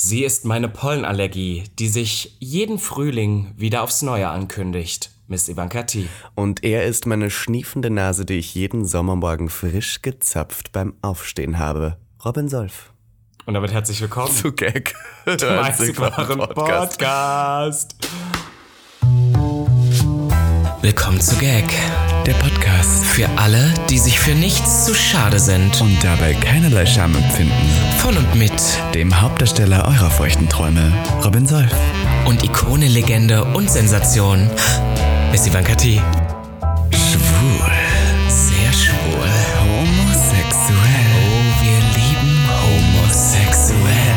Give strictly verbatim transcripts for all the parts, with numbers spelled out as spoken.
Sie ist meine Pollenallergie, die sich jeden Frühling wieder aufs Neue ankündigt. Miss Ivanka T. Und er ist meine schniefende Nase, die ich jeden Sommermorgen frisch gezapft beim Aufstehen habe. Robin Solf. Und damit herzlich willkommen zu Gag, dem einzig wahren Podcast. Podcast. Willkommen zu Gag, der Podcast für alle, die sich für nichts zu schade sind und dabei keinerlei Scham empfinden. Von und mit dem Hauptdarsteller eurer feuchten Träume, Robin Solf. Und Ikone, Legende und Sensation, Miss Ivanka T. Schwul. Sehr schwul. Homosexuell. Oh, wir lieben homosexuell.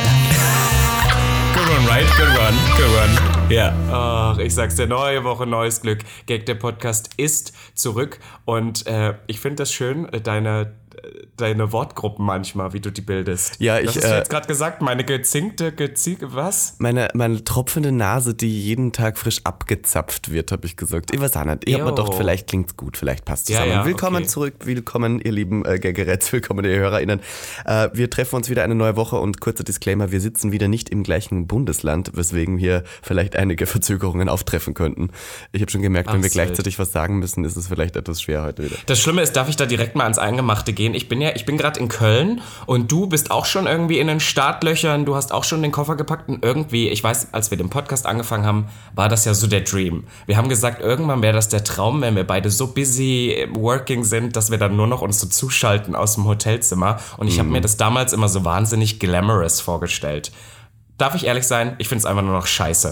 Good one, right? Good one. Good one. Ja, ach, ich sag's dir, neue Woche, neues Glück. Gag, der Podcast ist zurück und äh, ich finde das schön, deine, deine Wortgruppen manchmal, wie du die bildest. Ja, ich, das hast du äh, jetzt gerade gesagt, meine gezinkte, gezinkte, was? Meine, meine tropfende Nase, die jeden Tag frisch abgezapft wird, habe ich gesagt. Ich weiß auch nicht. Ich hab mir gedacht, vielleicht klingt's gut, vielleicht passt es ja, zusammen. Ja, willkommen okay. zurück, willkommen ihr lieben äh, Gaggeretts, willkommen ihr HörerInnen. Äh, wir treffen uns wieder eine neue Woche und kurzer Disclaimer, wir sitzen wieder nicht im gleichen Bundesland, weswegen hier vielleicht einige Verzögerungen auftreffen könnten. Ich habe schon gemerkt, wenn wir gleichzeitig was sagen müssen, ist es vielleicht etwas schwer heute wieder. Das Schlimme ist, darf ich da direkt mal ans Eingemachte gehen? Ich bin ja, ich bin gerade in Köln und du bist auch schon irgendwie in den Startlöchern, du hast auch schon den Koffer gepackt und irgendwie, ich weiß, als wir den Podcast angefangen haben, war das ja so der Dream. Wir haben gesagt, irgendwann wäre das der Traum, wenn wir beide so busy working sind, dass wir dann nur noch uns so zuschalten aus dem Hotelzimmer und ich mhm. habe mir das damals immer so wahnsinnig glamorous vorgestellt. Darf ich ehrlich sein? Ich finde es einfach nur noch scheiße.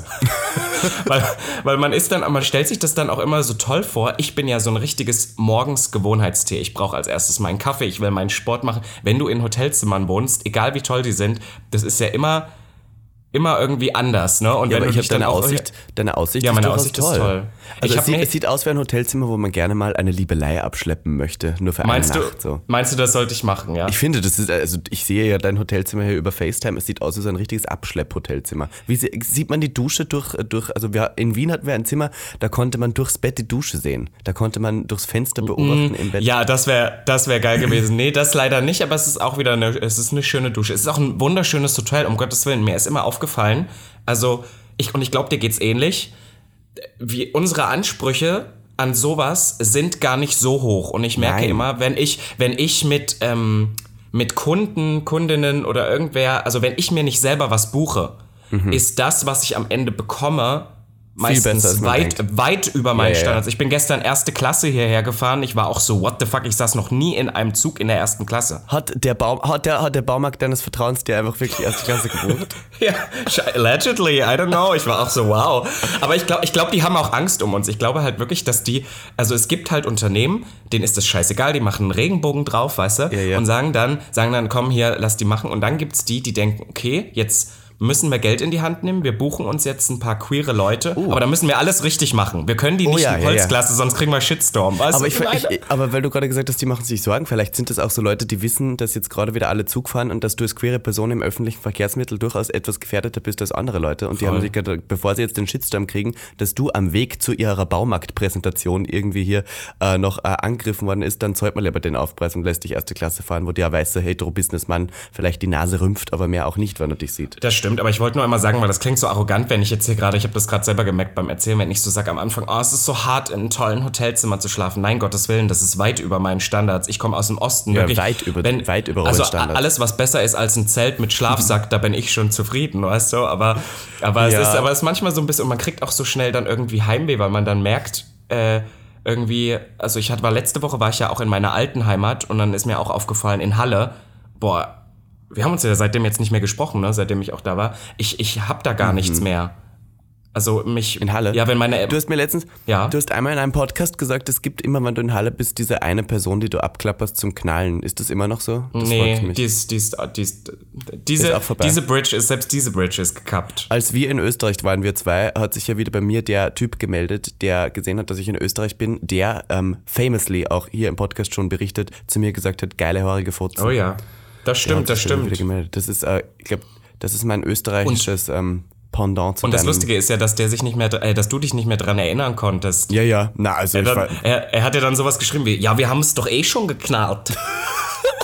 weil, weil man ist dann, man stellt sich das dann auch immer so toll vor. Ich bin ja so ein richtiges Morgens-Gewohnheitstier. Ich brauche als erstes meinen Kaffee, ich will meinen Sport machen. Wenn du in Hotelzimmern wohnst, egal wie toll die sind, das ist ja immer, immer irgendwie anders, ne? Und ja, wenn aber du ich habe deine Aussicht, deine Aussicht ja, ist meine durchaus Aussicht toll. ist toll. Also ich es, sieht, mir, es sieht aus wie ein Hotelzimmer, wo man gerne mal eine Liebelei abschleppen möchte, nur für meinst eine du, Nacht. So. Meinst du, das sollte ich machen, ja? Ich finde, das ist, also ich sehe ja dein Hotelzimmer hier über FaceTime, es sieht aus wie so ein richtiges Abschlepp-Hotelzimmer. Wie sieht man die Dusche durch, durch also wir, in Wien hatten wir ein Zimmer, da konnte man durchs Bett die Dusche sehen. Da konnte man durchs Fenster beobachten mm, im Bett. Ja, das wäre das wär geil gewesen. Nee, das leider nicht, aber es ist auch wieder eine, es ist eine schöne Dusche. Es ist auch ein wunderschönes Hotel, um Gottes Willen. Mir ist immer aufgefallen, also Ich, und ich glaube, dir geht's ähnlich. Wie unsere Ansprüche an sowas sind gar nicht so hoch. Und ich merke Nein. immer, wenn ich, wenn ich mit, ähm, mit Kunden, Kundinnen oder irgendwer, also wenn ich mir nicht selber was buche, mhm. ist das, was ich am Ende bekomme, meistens weit, weit über meinen ja, Standards. Ja, ja. Ich bin gestern erste Klasse hierher gefahren. Ich war auch so, what the fuck, ich saß noch nie in einem Zug in der ersten Klasse. Hat der, Baum, hat der, hat der Baumarkt deines Vertrauens dir einfach wirklich erste Klasse gebucht? Ja, allegedly, I don't know. Ich war auch so, wow. Aber ich glaube, ich glaub, die haben auch Angst um uns. Ich glaube halt wirklich, dass die, also es gibt halt Unternehmen, denen ist das scheißegal, die machen einen Regenbogen drauf, weißt du? Ja, ja. Und sagen dann, sagen dann, komm hier, lass die machen. Und dann gibt's die, die denken, okay, jetzt müssen wir Geld in die Hand nehmen, wir buchen uns jetzt ein paar queere Leute, uh. aber da müssen wir alles richtig machen. Wir können die nicht oh, ja, in Holzklasse, ja, ja. sonst kriegen wir Shitstorm. Weißt aber, du, ich, ich, aber weil du gerade gesagt hast, die machen sich Sorgen, vielleicht sind das auch so Leute, die wissen, dass jetzt gerade wieder alle Zug fahren und dass du als queere Person im öffentlichen Verkehrsmittel durchaus etwas gefährdeter bist als andere Leute und Voll. Die haben sich gedacht, bevor sie jetzt den Shitstorm kriegen, dass du am Weg zu ihrer Baumarktpräsentation irgendwie hier äh, noch äh, angegriffen worden ist, dann zahlt man lieber den Aufpreis und lässt dich erste Klasse fahren, wo der weiße Hetero-Businessmann vielleicht die Nase rümpft, aber mehr auch nicht, wenn er dich sieht. Das stimmt, aber ich wollte nur einmal sagen, weil das klingt so arrogant, wenn ich jetzt hier gerade, ich habe das gerade selber gemerkt beim Erzählen, wenn ich so sage am Anfang, oh, es ist so hart, in einem tollen Hotelzimmer zu schlafen. Nein, Gottes Willen, das ist weit über meinen Standards. Ich komme aus dem Osten. Ja, wirklich, weit über, wenn, weit über also Standards. Alles, was besser ist als ein Zelt mit Schlafsack, da bin ich schon zufrieden, weißt du? Aber, aber, ja. es ist, aber es ist manchmal so ein bisschen, und man kriegt auch so schnell dann irgendwie Heimweh, weil man dann merkt, äh, irgendwie, also ich hatte, war letzte Woche war ich ja auch in meiner alten Heimat und dann ist mir auch aufgefallen, in Halle, boah, wir haben uns ja seitdem jetzt nicht mehr gesprochen, ne, seitdem ich auch da war. Ich, ich hab da gar mhm. nichts mehr. Also mich... In Halle? Ja, wenn meine... Du hast mir letztens... Ja? Du hast einmal in einem Podcast gesagt, es gibt immer, wenn du in Halle bist, diese eine Person, die du abklapperst zum Knallen. Ist das immer noch so? Das nee, die ist, die ist, die ist, diese, ist diese Bridge ist, selbst diese Bridge ist gekappt. Als wir in Österreich waren, wir zwei, hat sich ja wieder bei mir der Typ gemeldet, der gesehen hat, dass ich in Österreich bin, der ähm, famously auch hier im Podcast schon berichtet, zu mir gesagt hat, geile, haarige Fotos. Oh ja, das stimmt, das stimmt. Wieder gemeldet. Das ist, äh, ich glaube, das ist mein österreichisches... Ähm, Pendant zu Und das Lustige ist ja, dass der sich nicht mehr, äh, dass du dich nicht mehr dran erinnern konntest. Ja, ja. Na, also er, ich dann, war er, er hat ja dann sowas geschrieben wie, ja, wir haben es doch eh schon geknallt.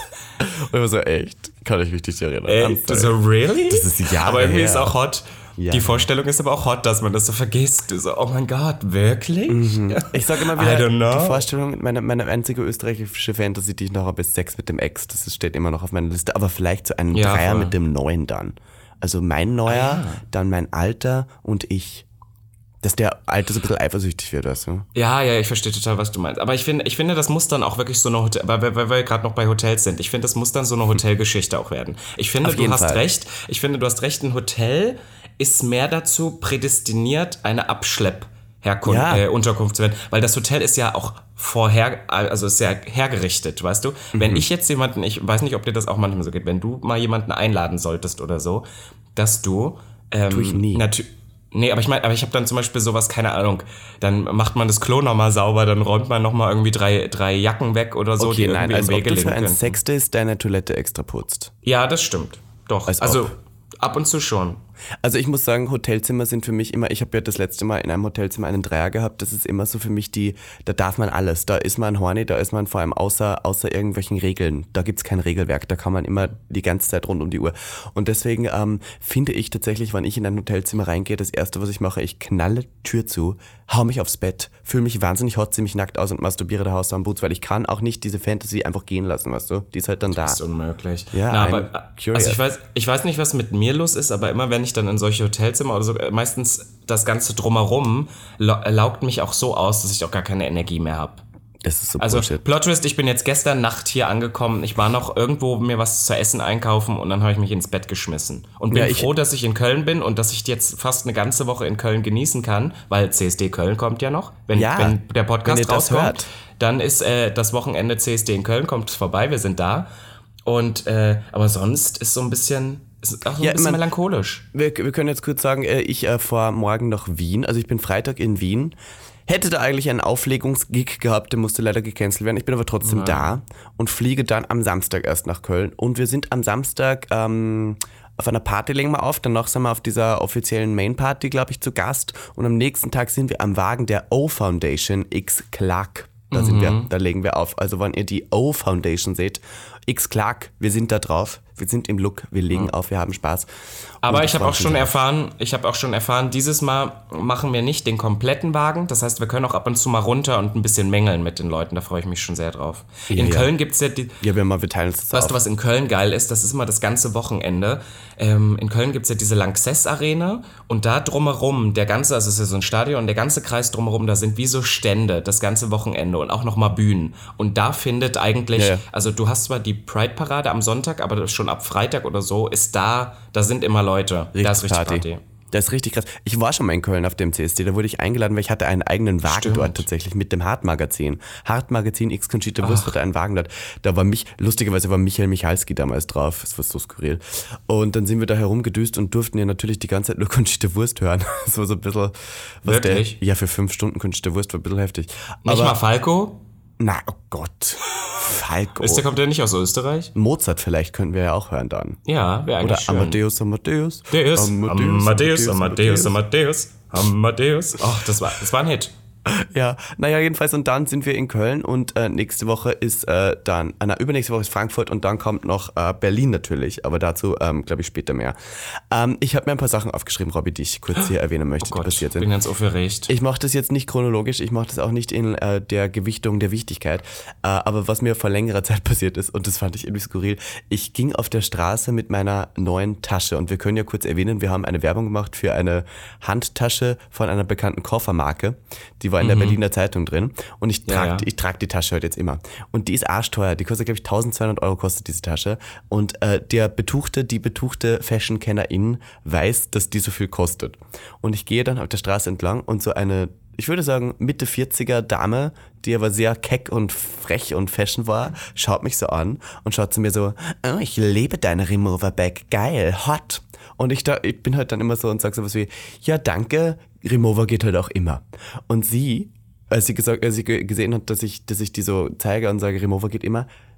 Und immer so, echt? Kann ich mich nicht erinnern. Ey, so, really? Das ist Jahre Aber irgendwie her. ist auch hot. Ja. Die Vorstellung ist aber auch hot, dass man das so vergisst. So, oh mein Gott, wirklich? Mhm. Ich sage immer I don't wieder, know. die Vorstellung, meine, meine einzige österreichische Fantasy, die ich noch habe, ist Sex mit dem Ex. Das ist- steht immer noch auf meiner Liste. Aber vielleicht so einen Ja, Dreier voll. mit dem Neuen dann. Also mein Neuer, Ah. dann mein Alter und ich. Dass der Alte so ein bisschen eifersüchtig wird, weißt du? Ja, ja, ich verstehe total, was du meinst. Aber ich finde, ich finde, das muss dann auch wirklich so eine Hotel, weil, weil, weil wir gerade noch bei Hotels sind. Ich finde, das muss dann so eine Hotelgeschichte auch werden. Ich finde, Auf du jeden hast Fall. recht. Ich finde, du hast recht. Ein Hotel ist mehr dazu prädestiniert, eine Abschlepp Herkunft, Ja. äh, Unterkunft zu werden, weil das Hotel ist ja auch vorher, also ist ja hergerichtet, weißt du? Mhm. Wenn ich jetzt jemanden, ich weiß nicht, ob dir das auch manchmal so geht, wenn du mal jemanden einladen solltest oder so, dass du ähm, Tu ich nie. natü- Nee, aber ich meine, aber ich habe dann zum Beispiel sowas, keine Ahnung, dann macht man das Klo nochmal sauber, dann räumt man nochmal irgendwie drei, drei Jacken weg oder so, Okay, die nein, irgendwie als im ob Wege du liegen für ein können. Sexdate deine Toilette extra putzt. Ja, das stimmt. Doch. Als also ob. ab und zu schon. Also ich muss sagen, Hotelzimmer sind für mich immer, ich habe ja das letzte Mal in einem Hotelzimmer einen Dreier gehabt, das ist immer so für mich die, da darf man alles, da ist man horny, da ist man vor allem außer, außer irgendwelchen Regeln, da gibt's kein Regelwerk, da kann man immer die ganze Zeit rund um die Uhr. Und deswegen ähm, finde ich tatsächlich, wenn ich in ein Hotelzimmer reingehe, das Erste, was ich mache, ich knalle Tür zu, hau mich aufs Bett, fühle mich wahnsinnig hot, zieh mich nackt aus und masturbiere der Haus am Boots, weil ich kann auch nicht diese Fantasy einfach gehen lassen, weißt du, die ist halt dann da. Das ist unmöglich. Ja, Na, I'm aber, curious. also ich weiß, ich weiß nicht, was mit mir los ist, aber immer wenn ich dann in solche Hotelzimmer oder so, äh, meistens das Ganze drumherum lau- laugt mich auch so aus, dass ich auch gar keine Energie mehr habe. Das ist so Also Bullshit. Plot Twist, ich bin jetzt gestern Nacht hier angekommen, ich war noch irgendwo mir was zu essen einkaufen und dann habe ich mich ins Bett geschmissen. Und bin Ja, ich- froh, dass ich in Köln bin und dass ich jetzt fast eine ganze Woche in Köln genießen kann, weil C S D Köln kommt ja noch. Wenn, Ja, wenn der Podcast wenn ihr das rauskommt, hört. dann ist äh, das Wochenende C S D in Köln, kommt vorbei, wir sind da. Und äh, aber sonst ist so ein bisschen, ist auch so ein Ja, bisschen man- melancholisch. Wir, wir können jetzt kurz sagen, äh, ich äh, fahre morgen nach Wien. Also ich bin Freitag in Wien. Hätte da eigentlich einen Auflegungsgig gehabt, der musste leider gecancelt werden. Ich bin aber trotzdem da und fliege dann am Samstag erst nach Köln. Und wir sind am Samstag ähm, auf einer Party, legen wir auf. Danach sind wir auf dieser offiziellen Main-Party, glaube ich, zu Gast. Und am nächsten Tag sind wir am Wagen der O-Foundation X Clark. Da sind wir, da legen wir auf. Also wenn ihr die O-Foundation seht, X Clark, wir sind da drauf. Wir sind im Look, wir legen auf, wir haben Spaß. Aber Und ich habe freue auch mich schon drauf. erfahren, ich habe auch schon erfahren, dieses Mal machen wir nicht den kompletten Wagen. Das heißt, wir können auch ab und zu mal runter und ein bisschen mängeln mit den Leuten. Da freue ich mich schon sehr drauf. In Ja. Köln gibt's ja die. Ja, wir, mal, wir teilen uns das Weißt auf. du, was in Köln geil ist? Das ist immer das ganze Wochenende. Ähm, in Köln gibt's ja diese Lanxess Arena und da drumherum, der ganze, also es ist ja so ein Stadion, der ganze Kreis drumherum, da sind wie so Stände das ganze Wochenende und auch nochmal Bühnen. Und da findet eigentlich, Ja, ja. also du hast zwar die Pride-Parade am Sonntag, aber das schon ab Freitag oder so ist da, da sind immer Leute. da ist richtig Party. Das ist richtig krass. Ich war schon mal in Köln auf dem C S D, da wurde ich eingeladen, weil ich hatte einen eigenen Wagen Stimmt. dort tatsächlich mit dem Hart-Magazin. Hart-Magazin X Conchita Wurst hatte einen Wagen dort. Da war mich, lustigerweise war Michael Michalski damals drauf. Das war so skurril. Und dann sind wir da herumgedüst und durften ja natürlich die ganze Zeit nur Conchita Wurst hören. Das war so ein bisschen, was Wirklich? der, ja, für fünf Stunden Conchita Wurst war ein bisschen heftig. Nicht Aber, mal Falco? na, oh Gott. Falco. Ist der, kommt der nicht aus Österreich? Mozart vielleicht könnten wir ja auch hören dann. Ja, wäre eigentlich Oder schön. Amadeus, Amadeus. Amadeus, Amadeus, Amadeus, Amadeus, Amadeus. Ach, das war, das war ein Hit. Ja, naja, jedenfalls und dann sind wir in Köln und äh, nächste Woche ist äh, dann, äh, na, übernächste Woche ist Frankfurt und dann kommt noch äh, Berlin natürlich, aber dazu ähm, glaube ich später mehr. Ähm, ich habe mir ein paar Sachen aufgeschrieben, Robby, die ich kurz hier erwähnen möchte, Oh Gott, die passiert ich bin sind. ganz aufgeregt. Ich mache das jetzt nicht chronologisch, ich mache das auch nicht in äh, der Gewichtung der Wichtigkeit, äh, aber was mir vor längerer Zeit passiert ist, und das fand ich irgendwie skurril, ich ging auf der Straße mit meiner neuen Tasche und wir können ja kurz erwähnen, wir haben eine Werbung gemacht für eine Handtasche von einer bekannten Koffermarke, die war in der Berliner Zeitung drin und ich Ja, trage ja. die, ich trage die Tasche heute jetzt immer und die ist arschteuer, die kostet glaube ich eintausendzweihundert Euro kostet diese Tasche und äh, der betuchte, die betuchte Fashion-Kennerin weiß, dass die so viel kostet und ich gehe dann auf der Straße entlang und so eine, ich würde sagen Mitte vierziger Dame, die aber sehr keck und frech und fashion war, schaut mich so an und schaut zu mir so, oh, ich liebe deine Remover-Bag, geil, hot. Und ich, da, ich bin halt dann immer so und sag so was wie, ja danke, Remover geht halt auch immer. Und sie, als sie, gesagt, als sie ge- gesehen hat, dass ich, dass ich die so zeige und sage, Remover geht immer,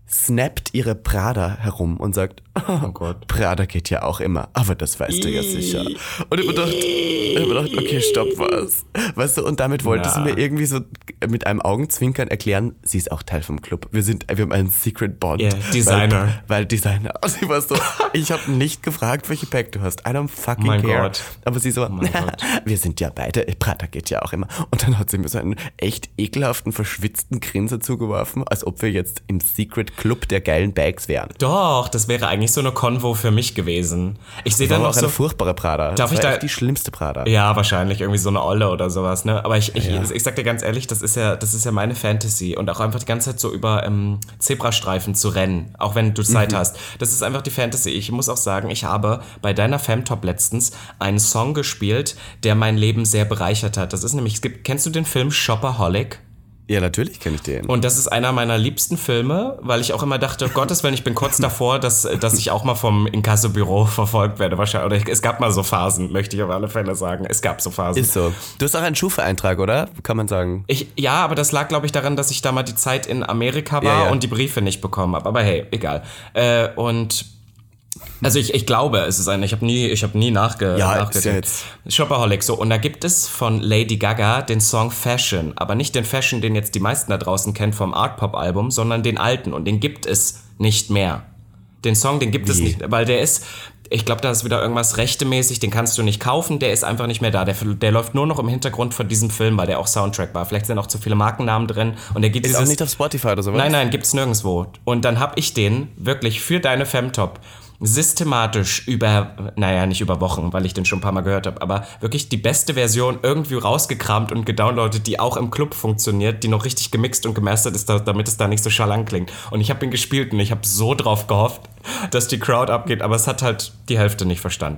snappt ihre Prada herum und sagt, Oh Gott. Prada geht ja auch immer, aber das weißt du ja sicher. Und ich mir gedacht, ich mir gedacht, okay, stopp, was? Weißt du, und damit wollte Ja. sie mir irgendwie so mit einem Augenzwinkern erklären, sie ist auch Teil vom Club. Wir sind, wir haben einen Secret Bond. Yeah, Designer. Weil, weil Designer. Also ich war so, ich habe nicht gefragt, welche Pack du hast. I don't fucking Mein care. Gott. Aber sie so, mein Gott. wir sind ja beide, Prada geht ja auch immer. Und dann hat sie mir so einen echt ekelhaften, verschwitzten Grinser zugeworfen, als ob wir jetzt im Secret Club der geilen Bags wären. Doch, das wäre eigentlich so eine Konvo für mich gewesen. Ich sehe Das dann war noch auch eine so... furchtbare Prada. Darf das ich war da- echt die schlimmste Prada. Ja, wahrscheinlich irgendwie so eine Olle oder sowas, ne? Aber ich, ich, Ja. ich sag dir ganz ehrlich, das ist ja, das ist ja meine Fantasy und auch einfach die ganze Zeit so über ähm, Zebrastreifen zu rennen, auch wenn du Zeit Mhm. hast. Das ist einfach die Fantasy. Ich muss auch sagen, ich habe bei deiner Femtop letztens einen Song gespielt, der mein Leben sehr bereichert hat. Das ist nämlich, es gibt, kennst du den Film Shopaholic? Ja, natürlich kenne ich den. Und das ist einer meiner liebsten Filme, weil ich auch immer dachte, Gottes Willen, ich bin kurz davor, dass, dass ich auch mal vom Inkassobüro verfolgt werde. Wahrscheinlich. Oder es gab mal so Phasen, möchte ich auf alle Fälle sagen. Es gab so Phasen. Ist so. Du hast auch einen Schufa-Eintrag, oder? Kann man sagen. Ich, ja, aber das lag, glaube ich, daran, dass ich da mal die Zeit in Amerika war Ja, ja. und die Briefe nicht bekommen habe. Aber hey, egal. Äh, und also ich, ich glaube, es ist ein, ich habe nie, ich habe nie nachge, Ja, nachgedacht. ist ja jetzt- Shopaholic, so. Und da gibt es von Lady Gaga den Song Fashion, aber nicht den Fashion, den jetzt die meisten da draußen kennen vom Art-Pop-Album, sondern den alten. Und den gibt es nicht mehr. Den Song, den gibt es Wie? nicht, weil der ist, ich glaube, da ist wieder irgendwas rechtemäßig, den kannst du nicht kaufen, der ist einfach nicht mehr da. Der, der läuft nur noch im Hintergrund von diesem Film, weil der auch Soundtrack war. Vielleicht sind auch zu viele Markennamen drin. Und der gibt Ist dieses, auch nicht auf Spotify oder sowas? Nein, nein, gibt's nirgendwo. Und dann hab ich den wirklich für deine Femtop systematisch über, naja, nicht über Wochen, weil ich den schon ein paar Mal gehört habe, aber wirklich die beste Version irgendwie rausgekramt und gedownloadet, die auch im Club funktioniert, die noch richtig gemixt und gemastert ist, da- damit es da nicht so schallang klingt. Und ich habe ihn gespielt und ich habe so drauf gehofft, dass die Crowd abgeht, aber es hat halt die Hälfte nicht verstanden.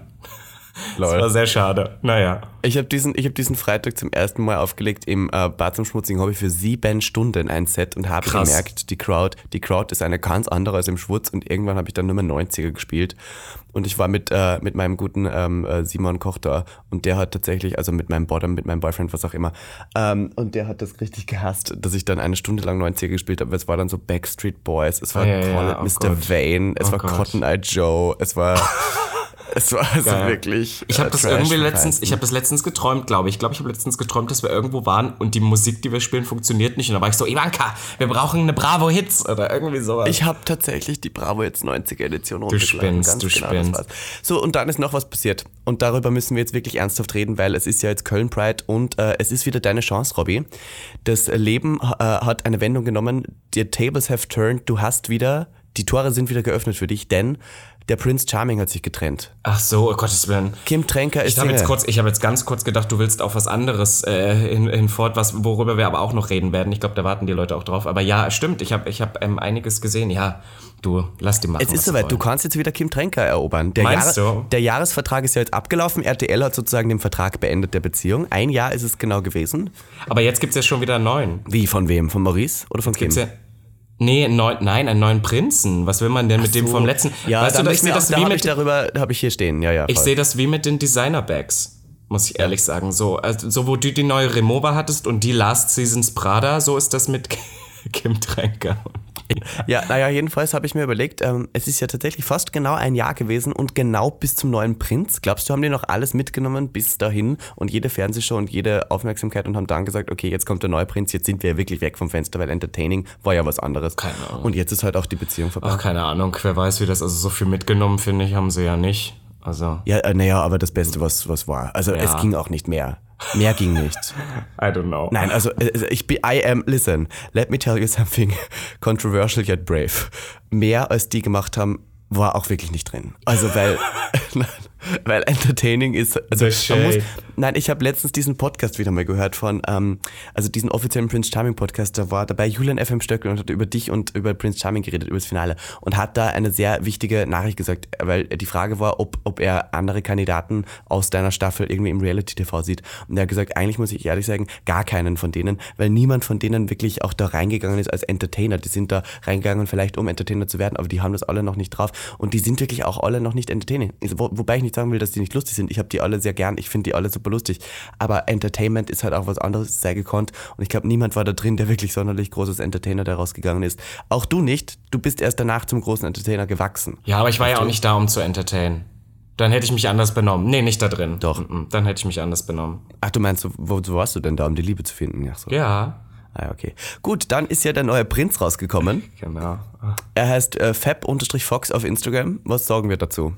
Das war sehr schade. Naja. Ich habe diesen, ich hab diesen Freitag zum ersten Mal aufgelegt im äh, Bar zum Schmutzigen Hobby für sieben Stunden ein Set und habe Krass. gemerkt, die Crowd, die Crowd ist eine ganz andere als im Schwutz und irgendwann habe ich dann nur mehr neunziger gespielt und ich war mit, äh, mit meinem guten ähm, äh, Simon Koch da und der hat tatsächlich, also mit meinem Bottom, mit meinem Boyfriend, was auch immer, ähm, und der hat das richtig gehasst, dass ich dann eine Stunde lang neunziger gespielt habe. Es war dann so Backstreet Boys, es war Ah, ja, ja, Colin, oh Mister Gott. Vane, es Oh war Gott. Cotton Eye Joe, es war... Es war also Geil. wirklich. Ich habe äh, das Trash irgendwie vom letztens, Feinsten. ich habe das letztens geträumt, glaube ich. Ich glaube, ich habe letztens geträumt, dass wir irgendwo waren und die Musik, die wir spielen, funktioniert nicht. Und da war ich so, Ivanka, wir brauchen eine Bravo Hits oder irgendwie sowas. Ich habe tatsächlich die Bravo jetzt neunziger Edition Du runtergeladen. spinnst, Ganz du genau, das spinnst. war's. So, und dann ist noch was passiert. Und darüber müssen wir jetzt wirklich ernsthaft reden, weil es ist ja jetzt Köln Pride und äh, es ist wieder deine Chance, Robby. Das Leben äh, hat eine Wendung genommen. Die Tables have turned. Du hast wieder, die Tore sind wieder geöffnet für dich, denn der Prince Charming hat sich getrennt. Ach so, oh Gottes Willen. Kim Tränker ist Ich habe jetzt, Single. kurz, ich hab jetzt ganz kurz gedacht, du willst auf was anderes äh, hin, hinfort, was, worüber wir aber auch noch reden werden. Ich glaube, da warten die Leute auch drauf. Aber ja, stimmt, ich habe ich hab, ähm, einiges gesehen. Ja, du, lass die machen. Es ist was sie soweit, du wollen. kannst jetzt wieder Kim Tränker erobern. Der, Meinst du? der Jahresvertrag ist ja jetzt abgelaufen. R T L hat sozusagen den Vertrag beendet der Beziehung. Ein Jahr ist es genau gewesen. Aber jetzt gibt's ja schon wieder einen neuen. Wie, von wem? Von Maurice oder von Kim? Gibt's ja, nee, einen neuen, nein, einen neuen Prinzen. Was will man denn mit dem So. vom letzten? Ja, weißt da du, da, hab ich sehe mir auch- das da wie hab mit ich darüber, habe ich hier stehen. Ja, ja. Ich voll. sehe das wie mit den Designer-Bags, muss ich ehrlich sagen. So, also, so, wo du die neue Remova hattest und die Last Seasons Prada, so ist das mit Kim Tränker. Ja, naja, jedenfalls habe ich mir überlegt, ähm, es ist ja tatsächlich fast genau ein Jahr gewesen und genau bis zum neuen Prinz. Glaubst du, haben die noch alles mitgenommen bis dahin und jede Fernsehshow und jede Aufmerksamkeit und haben dann gesagt, okay, jetzt kommt der neue Prinz, jetzt sind wir ja wirklich weg vom Fenster, weil Entertaining war ja was anderes. Keine Ahnung. Und jetzt ist halt auch die Beziehung vorbei. Ach, keine Ahnung, wer weiß, wie das, also so viel mitgenommen, finde ich, haben sie ja nicht. Also, Ja, äh, naja, aber das Beste, was, was war. Also Ja. es ging auch nicht mehr. Mehr ging nicht. I don't know. Nein, also äh, ich bin, I am, listen, let me tell you something controversial yet brave. Mehr als die gemacht haben, war auch wirklich nicht drin. Also weil, weil entertaining ist, also The man muss, shade. nein, ich habe letztens diesen Podcast wieder mal gehört von, ähm, also diesen offiziellen Prince Charming Podcast, da war dabei Julian F M Stöckl und hat über dich und über Prince Charming geredet, über das Finale und hat da eine sehr wichtige Nachricht gesagt, weil die Frage war, ob, ob er andere Kandidaten aus deiner Staffel irgendwie im Reality-T V sieht. Und er hat gesagt, eigentlich muss ich ehrlich sagen, gar keinen von denen, weil niemand von denen wirklich auch da reingegangen ist als Entertainer. Die sind da reingegangen vielleicht, um Entertainer zu werden, aber die haben das alle noch nicht drauf und die sind wirklich auch alle noch nicht Entertaining. Wo, wobei ich nicht nicht sagen will, dass die nicht lustig sind. Ich habe die alle sehr gern, ich finde die alle super lustig. Aber Entertainment ist halt auch was anderes, sehr gekonnt. Und ich glaube, niemand war da drin, der wirklich sonderlich großes Entertainer daraus gegangen ist. Auch du nicht. Du bist erst danach zum großen Entertainer gewachsen. Ja, aber ich war ja auch nicht da, um zu entertainen. Dann hätte ich mich anders benommen. Nee, nicht da drin. Doch. Dann hätte ich mich anders benommen. Ach, du meinst, wo, wo warst du denn da, um die Liebe zu finden? Ach so. Ja. Ah, okay. Gut, dann ist ja der neue Prinz rausgekommen. Genau. Er heißt äh, Fab-Fox auf Instagram. Was sagen wir dazu?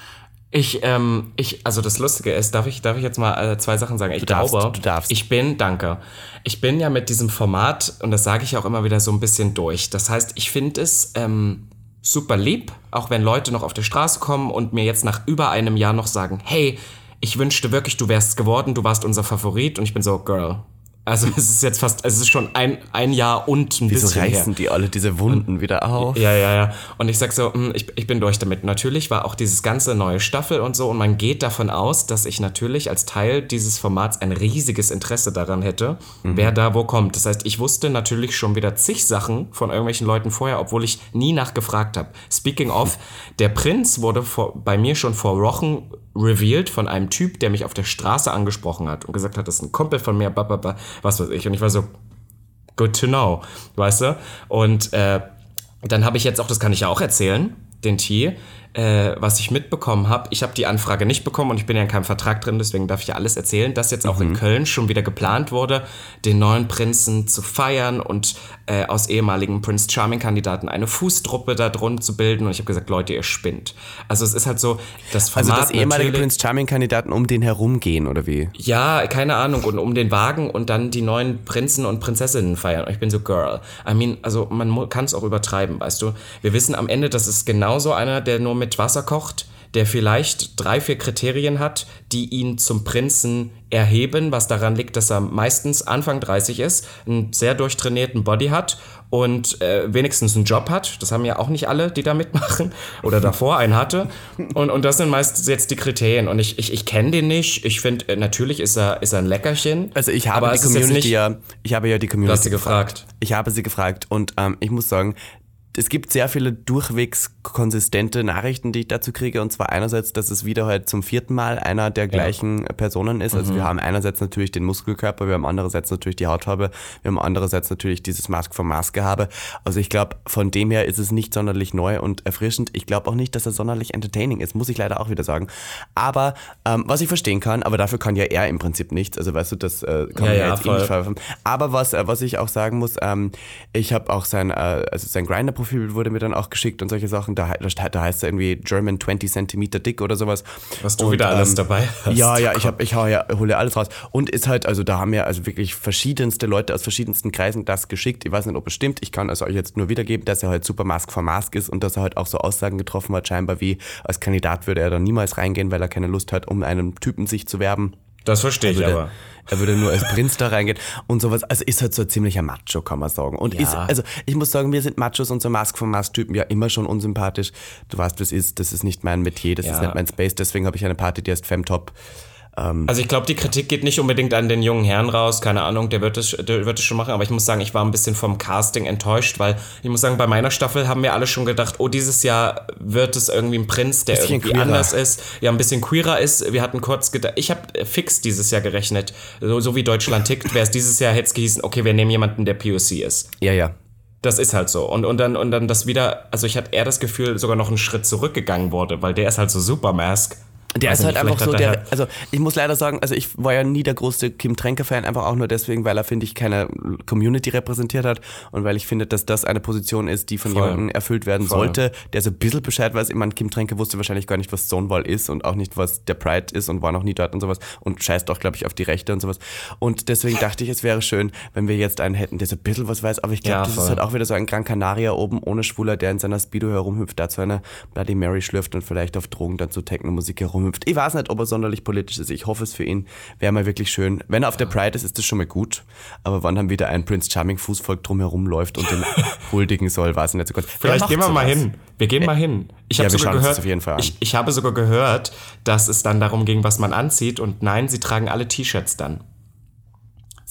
Ich, ähm, ich, also das Lustige ist, darf ich, darf ich jetzt mal äh, zwei Sachen sagen? Ich du darfst, glaube, du darfst. ich bin, danke, ich bin ja mit diesem Format, und das sage ich auch immer wieder, so ein bisschen durch. Das heißt, ich finde es ähm, super lieb, auch wenn Leute noch auf der Straße kommen und mir jetzt nach über einem Jahr noch sagen, hey, ich wünschte wirklich, du wärst geworden, du warst unser Favorit, und ich bin so, Girl. Also es ist jetzt fast, es ist schon ein, ein Jahr und ein Wieso bisschen her. Wieso reißen die alle diese Wunden und, wieder auf? Ja, ja, ja. Und ich sag so, ich, ich bin durch damit. Natürlich war auch dieses ganze neue Staffel und so, und man geht davon aus, dass ich natürlich als Teil dieses Formats ein riesiges Interesse daran hätte, mhm. wer da wo kommt. Das heißt, ich wusste natürlich schon wieder zig Sachen von irgendwelchen Leuten vorher, obwohl ich nie nachgefragt habe. Speaking of, der Prinz wurde vor, bei mir schon vor Wochen revealed von einem Typ, der mich auf der Straße angesprochen hat und gesagt hat, das ist ein Kumpel von mir, bababa, was weiß ich. Und ich war so, good to know, weißt du? Und äh, dann habe ich jetzt auch, das kann ich ja auch erzählen, den Tee, äh, was ich mitbekommen habe. Ich habe die Anfrage nicht bekommen und ich bin ja in keinem Vertrag drin, deswegen darf ich ja alles erzählen, dass jetzt auch mhm. in Köln schon wieder geplant wurde, den neuen Prinzen zu feiern und äh, aus ehemaligen Prince Charming-Kandidaten eine Fußtruppe da drunter zu bilden. Und ich habe gesagt, Leute, ihr spinnt. Also es ist halt so, das Format Also dass ehemalige Prince Charming-Kandidaten um den herumgehen, oder wie? Ja, keine Ahnung, und um den Wagen und dann die neuen Prinzen und Prinzessinnen feiern. Und ich bin so, Girl. I mean, also man kann es auch übertreiben, weißt du. Wir wissen am Ende, das ist genauso einer, der nur mit Wasser kocht, der vielleicht drei, vier Kriterien hat, die ihn zum Prinzen erheben, was daran liegt, dass er meistens Anfang dreißig ist, einen sehr durchtrainierten Body hat und äh, wenigstens einen Job hat. Das haben ja auch nicht alle, die da mitmachen oder davor einen hatte. Und, und das sind meist jetzt die Kriterien. Und ich, ich, ich kenne den nicht. Ich finde, äh, natürlich ist er, ist er ein Leckerchen. Also ich habe die Community nicht, ja, ich habe ja die Community du hast sie gefragt. gefragt. Ich habe sie gefragt und ähm, ich muss sagen, es gibt sehr viele durchwegs konsistente Nachrichten, die ich dazu kriege. Und zwar einerseits, dass es wieder halt zum vierten Mal einer der gleichen ja. Personen ist. Also mhm. wir haben einerseits natürlich den Muskelkörper, wir haben andererseits natürlich die Hautfarbe, wir haben andererseits natürlich dieses Mask for Mask Gehabe. Also ich glaube, von dem her ist es nicht sonderlich neu und erfrischend. Ich glaube auch nicht, dass er sonderlich entertaining ist, muss ich leider auch wieder sagen. Aber ähm, was ich verstehen kann, aber dafür kann ja er im Prinzip nichts. Also weißt du, das äh, kann man ja, ja jetzt eh nicht verwerfen. Aber was, äh, was ich auch sagen muss, ähm, ich habe auch sein, äh, also sein Grindr Profil wurde mir dann auch geschickt und solche Sachen. Da, da, da heißt er irgendwie German zwanzig Zentimeter dick oder sowas. Was du und, wieder alles ähm, dabei hast. Ja, ja, ich, hab, ich hau ja, hole alles raus. Und ist halt, also da haben ja also wirklich verschiedenste Leute aus verschiedensten Kreisen das geschickt. Ich weiß nicht, ob es stimmt. Ich kann es euch jetzt nur wiedergeben, dass er halt super Mask for Mask ist und dass er halt auch so Aussagen getroffen hat, scheinbar wie als Kandidat würde er da niemals reingehen, weil er keine Lust hat, um einen Typen sich zu werben. Das verstehe ich würde, aber. Er würde nur als Prinz da reingehen und sowas. Also ist halt so ein ziemlicher Macho, kann man sagen. Und ja. ist, also ich muss sagen, wir sind Machos und so Mask von Mask-Typen ja immer schon unsympathisch. Du weißt, was ist, das ist nicht mein Metier, das ja. ist nicht mein Space. Deswegen habe ich eine Party, die heißt Femtop. Also ich glaube, die Kritik geht nicht unbedingt an den jungen Herrn raus, keine Ahnung, der wird es, der wird es schon machen, aber ich muss sagen, ich war ein bisschen vom Casting enttäuscht, weil ich muss sagen, bei meiner Staffel haben wir alle schon gedacht, oh, dieses Jahr wird es irgendwie ein Prinz, der irgendwie queerer. anders ist, ja, ein bisschen queerer ist. Wir hatten kurz gedacht, ich habe fix dieses Jahr gerechnet, so, so wie Deutschland tickt, wäre es dieses Jahr, hätte es gehießen, okay, wir nehmen jemanden, der P O C ist. Ja, ja. Das ist halt so. Und, und, dann, und dann das wieder, also ich hatte eher das Gefühl, sogar noch einen Schritt zurückgegangen wurde, weil der ist halt so super Mask. Der also ist halt einfach so, der, also ich muss leider sagen, also ich war ja nie der größte Kim Tränke-Fan, einfach auch nur deswegen, weil er, finde ich, keine Community repräsentiert hat und weil ich finde, dass das eine Position ist, die von Voll. jemandem erfüllt werden Voll. sollte, der so ein bisschen Bescheid weiß. Ich meine, Kim Tränke wusste wahrscheinlich gar nicht, was Stonewall ist und auch nicht, was der Pride ist und war noch nie dort und sowas und scheißt auch, glaube ich, auf die Rechte und sowas. Und deswegen dachte ich, es wäre schön, wenn wir jetzt einen hätten, der so ein bisschen was weiß, aber ich glaube, ja, das ist halt auch wieder so ein Gran Canaria oben ohne Schwuler, der in seiner Speedo herumhüpft, dazu eine Bloody Mary schlürft und vielleicht auf Drogen dann zu Techno-Musik herumhüpft. Ich weiß nicht, ob er sonderlich politisch ist. Ich hoffe es für ihn. Wäre mal wirklich schön. Wenn er auf der Pride ist, ist das schon mal gut. Aber wann dann wieder ein Prince Charming Fußvolk drumherum läuft und den huldigen soll, weiß ich nicht so gut. Vielleicht gehen wir mal hin. Wir gehen mal hin. Ich ja, habe sogar gehört, auf jeden Fall an. Ich, ich habe sogar gehört, dass es dann darum ging, was man anzieht. Und nein, sie tragen alle T-Shirts dann.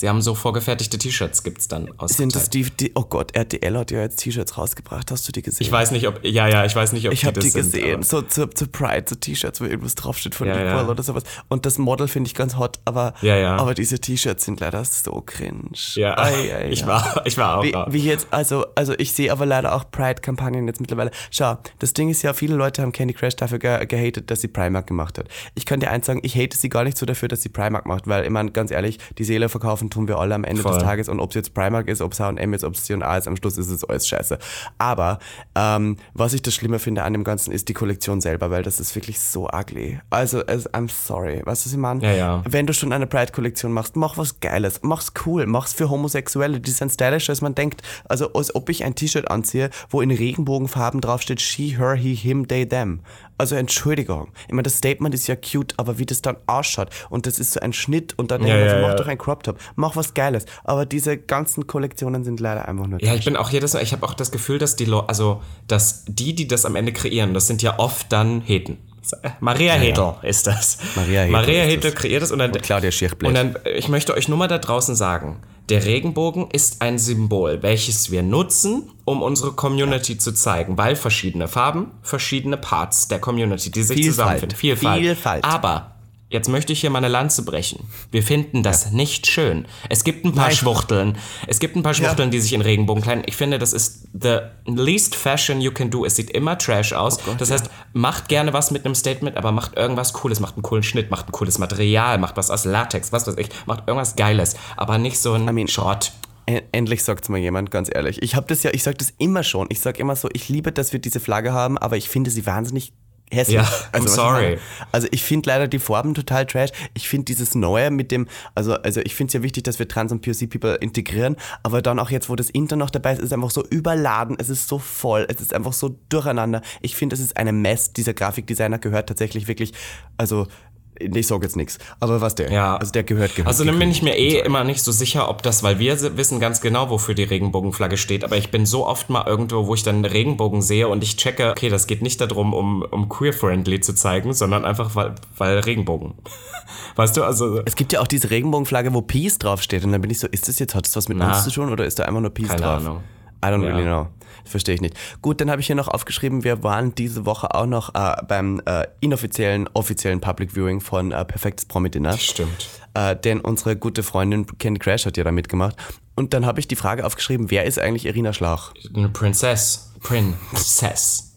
Sie haben so vorgefertigte T-Shirts, gibt's dann aus. Sind das die, die, oh Gott, R T L hat ja jetzt T-Shirts rausgebracht, hast du die gesehen? Ich weiß nicht, ob, ja, ja, ich weiß nicht, ob ich die hab das die sind. gesehen, so zu, zu Pride, so T-Shirts, wo irgendwas draufsteht von ja, Equal ja. oder sowas. Und das Model finde ich ganz hot, aber, ja, ja. aber diese T-Shirts sind leider so cringe. Ja, ai, ai, ich, ja. war, ich war auch wie, da. wie jetzt, also, also ich sehe aber leider auch Pride-Kampagnen jetzt mittlerweile. Schau, das Ding ist ja, viele Leute haben Candy Crush dafür ge- gehatet, dass sie Primark gemacht hat. Ich kann dir eins sagen, ich hate sie gar nicht so dafür, dass sie Primark macht, weil, ich meine, ganz ehrlich, die Seele verkaufen tun wir alle am Ende Voll. des Tages und ob es jetzt Primark ist, ob es H und M ist, ob es C und A ist, am Schluss ist es alles scheiße. Aber ähm, was ich das Schlimme finde an dem Ganzen ist die Kollektion selber, weil das ist wirklich so ugly. Also, also I'm sorry. Weißt du, was ich meine? Ja, ja. Wenn du schon eine Pride-Kollektion machst, mach was Geiles, mach's cool, mach's für Homosexuelle, die sind stylischer als man denkt. Also als ob ich ein T-Shirt anziehe, wo in Regenbogenfarben draufsteht, she, her, he, him, they, them. Also Entschuldigung. Ich meine, das Statement ist ja cute, aber wie das dann ausschaut und das ist so ein Schnitt und dann ja, denkt man, ja, mach ja. doch ein Crop-Top, mach was Geiles. Aber diese ganzen Kollektionen sind leider einfach nur Ja, ich bin auch jedes Mal, ich habe auch das Gefühl, dass die Leute, also, dass die, die das am Ende kreieren, das sind ja oft dann Heten. Maria Hedl ja, ja. ist das. Maria Hedl, Maria ist Hedl das. kreiert es und dann. Und Claudia Schirchblech. Und dann, ich möchte euch nur mal da draußen sagen, der Regenbogen ist ein Symbol, welches wir nutzen, um unsere Community ja. zu zeigen, weil verschiedene Farben, verschiedene Parts der Community, die sich Vielfalt. zusammenfinden. Vielfalt. Vielfalt. Aber jetzt möchte ich hier mal eine Lanze brechen. Wir finden das ja. nicht schön. Es gibt ein paar Nein. Schwuchteln. Es gibt ein paar Schwuchteln, ja. die sich in Regenbogen kleiden. Ich finde, das ist the least fashion you can do. Es sieht immer trash aus. Oh Gott, das heißt, ja. macht gerne was mit einem Statement, aber macht irgendwas Cooles. Macht einen coolen Schnitt, macht ein cooles Material, macht was aus Latex, was weiß ich. Macht irgendwas Geiles. Aber nicht so ein I mean, Schrott. Endlich sagt's mal jemand, ganz ehrlich. Ich habe das ja, ich sag das immer schon. Ich sag immer so, ich liebe, dass wir diese Flagge haben, aber ich finde sie wahnsinnig hässlich. Ja, also, I'm sorry. Ich also ich finde leider die Farben total trash. Ich finde dieses Neue mit dem, also, also ich finde es ja wichtig, dass wir Trans- und P O C-People integrieren, aber dann auch jetzt, wo das Inter noch dabei ist, ist es einfach so überladen, es ist so voll, es ist einfach so durcheinander. Ich finde, es ist eine Mess. Dieser Grafikdesigner gehört tatsächlich wirklich, also ich sage jetzt nichts, aber was der? Ja. Also der gehört, gehört. Also dann bin ich mir eh immer nicht so sicher, ob das, weil wir wissen ganz genau, wofür die Regenbogenflagge steht, aber ich bin so oft mal irgendwo, wo ich dann einen Regenbogen sehe und ich checke, okay, das geht nicht darum, um, um queer-friendly zu zeigen, sondern einfach, weil, weil Regenbogen. Weißt du, also... Es gibt ja auch diese Regenbogenflagge, wo Peace draufsteht und dann bin ich so, ist das jetzt, hat das was mit Na, uns zu tun oder ist da einfach nur Peace keine drauf? Ahnung. I don't ja. really know. Das verstehe ich nicht. Gut, dann habe ich hier noch aufgeschrieben, wir waren diese Woche auch noch äh, beim äh, inoffiziellen, offiziellen Public Viewing von äh, Perfektes Promi-Dinner. Stimmt. Äh, denn unsere gute Freundin Candy Crush hat ja da mitgemacht. Und dann habe ich die Frage aufgeschrieben, wer ist eigentlich Irina Schlauch? Eine Princess. Princess.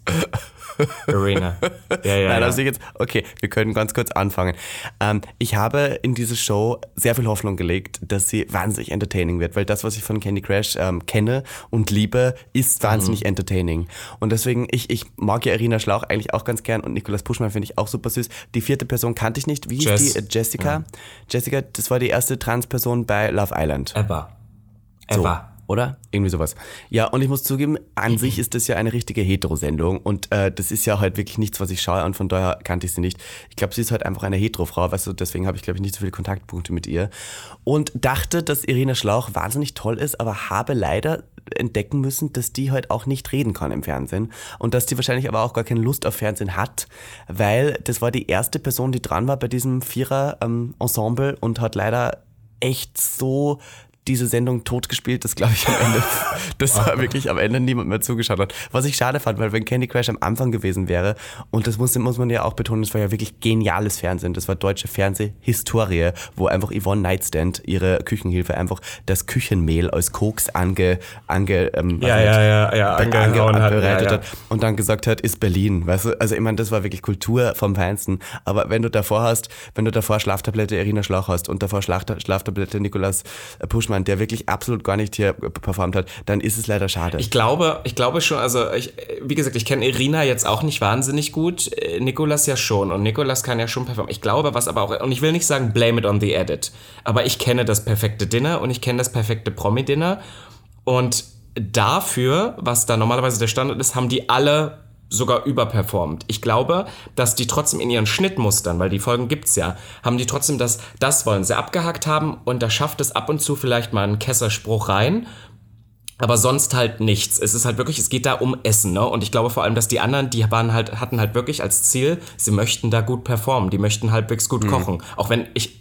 Irina. Ja, ja, Nein, ja. also jetzt, okay, wir können ganz kurz anfangen. Ähm, ich habe in diese Show sehr viel Hoffnung gelegt, dass sie wahnsinnig entertaining wird, weil das, was ich von Candy Crush ähm, kenne und liebe, ist wahnsinnig mhm. entertaining. Und deswegen, ich, ich mag ja Irina Schlauch eigentlich auch ganz gern und Nikolaus Puschmann finde ich auch super süß. Die vierte Person kannte ich nicht. Wie Jess. hieß die? Äh, Jessica? Ja. Jessica, das war die erste Transperson bei Love Island. Ever. So. Ever. Oder? Irgendwie sowas. Ja, und ich muss zugeben, an mhm. sich ist das ja eine richtige Hetero-Sendung und äh, das ist ja halt wirklich nichts, was ich schaue und von daher kannte ich sie nicht. Ich glaube, sie ist halt einfach eine Hetero-Frau, weißt du, deswegen habe ich, glaube ich, nicht so viele Kontaktpunkte mit ihr und dachte, dass Irina Schlauch wahnsinnig toll ist, aber habe leider entdecken müssen, dass die halt auch nicht reden kann im Fernsehen und dass die wahrscheinlich aber auch gar keine Lust auf Fernsehen hat, weil das war die erste Person, die dran war bei diesem Vierer-Ensemble ähm, und hat leider echt so diese Sendung totgespielt, das glaube ich am Ende, das war wirklich am Ende niemand mehr zugeschaut hat. Was ich schade fand, weil wenn Candy Crush am Anfang gewesen wäre, und das muss, muss man ja auch betonen, das war ja wirklich geniales Fernsehen, das war deutsche Fernsehhistorie, wo einfach Yvonne Nightstand, ihre Küchenhilfe, einfach das Küchenmehl als Koks ange, ange, ähm, ja, ja, ja, ja, ange, ange, anbereitet ja, ja. hat und dann gesagt hat, ist Berlin, weißt du, also ich meine, das war wirklich Kultur vom Feinsten, aber wenn du davor hast, wenn du davor Schlaftablette Irina Schlauch hast und davor Schlaftablette Nikolaus Puschmann, der wirklich absolut gar nicht hier performt hat, dann ist es leider schade. Ich glaube, ich glaube schon, also ich, wie gesagt, ich kenne Irina jetzt auch nicht wahnsinnig gut, Nikolas ja schon und Nikolas kann ja schon performen. Ich glaube, was aber auch, und ich will nicht sagen blame it on the edit, aber ich kenne das perfekte Dinner und ich kenne das perfekte Promi-Dinner und dafür, was da normalerweise der Standard ist, haben die alle sogar überperformt. Ich glaube, dass die trotzdem in ihren Schnittmustern, weil die Folgen gibt's ja, haben die trotzdem das, das wollen sie abgehackt haben und da schafft es ab und zu vielleicht mal einen Kesserspruch rein, aber sonst halt nichts. Es ist halt wirklich, es geht da um Essen, ne? Und ich glaube vor allem, dass die anderen, die waren halt, hatten halt wirklich als Ziel, sie möchten da gut performen, die möchten halbwegs gut mhm. kochen. Auch wenn ich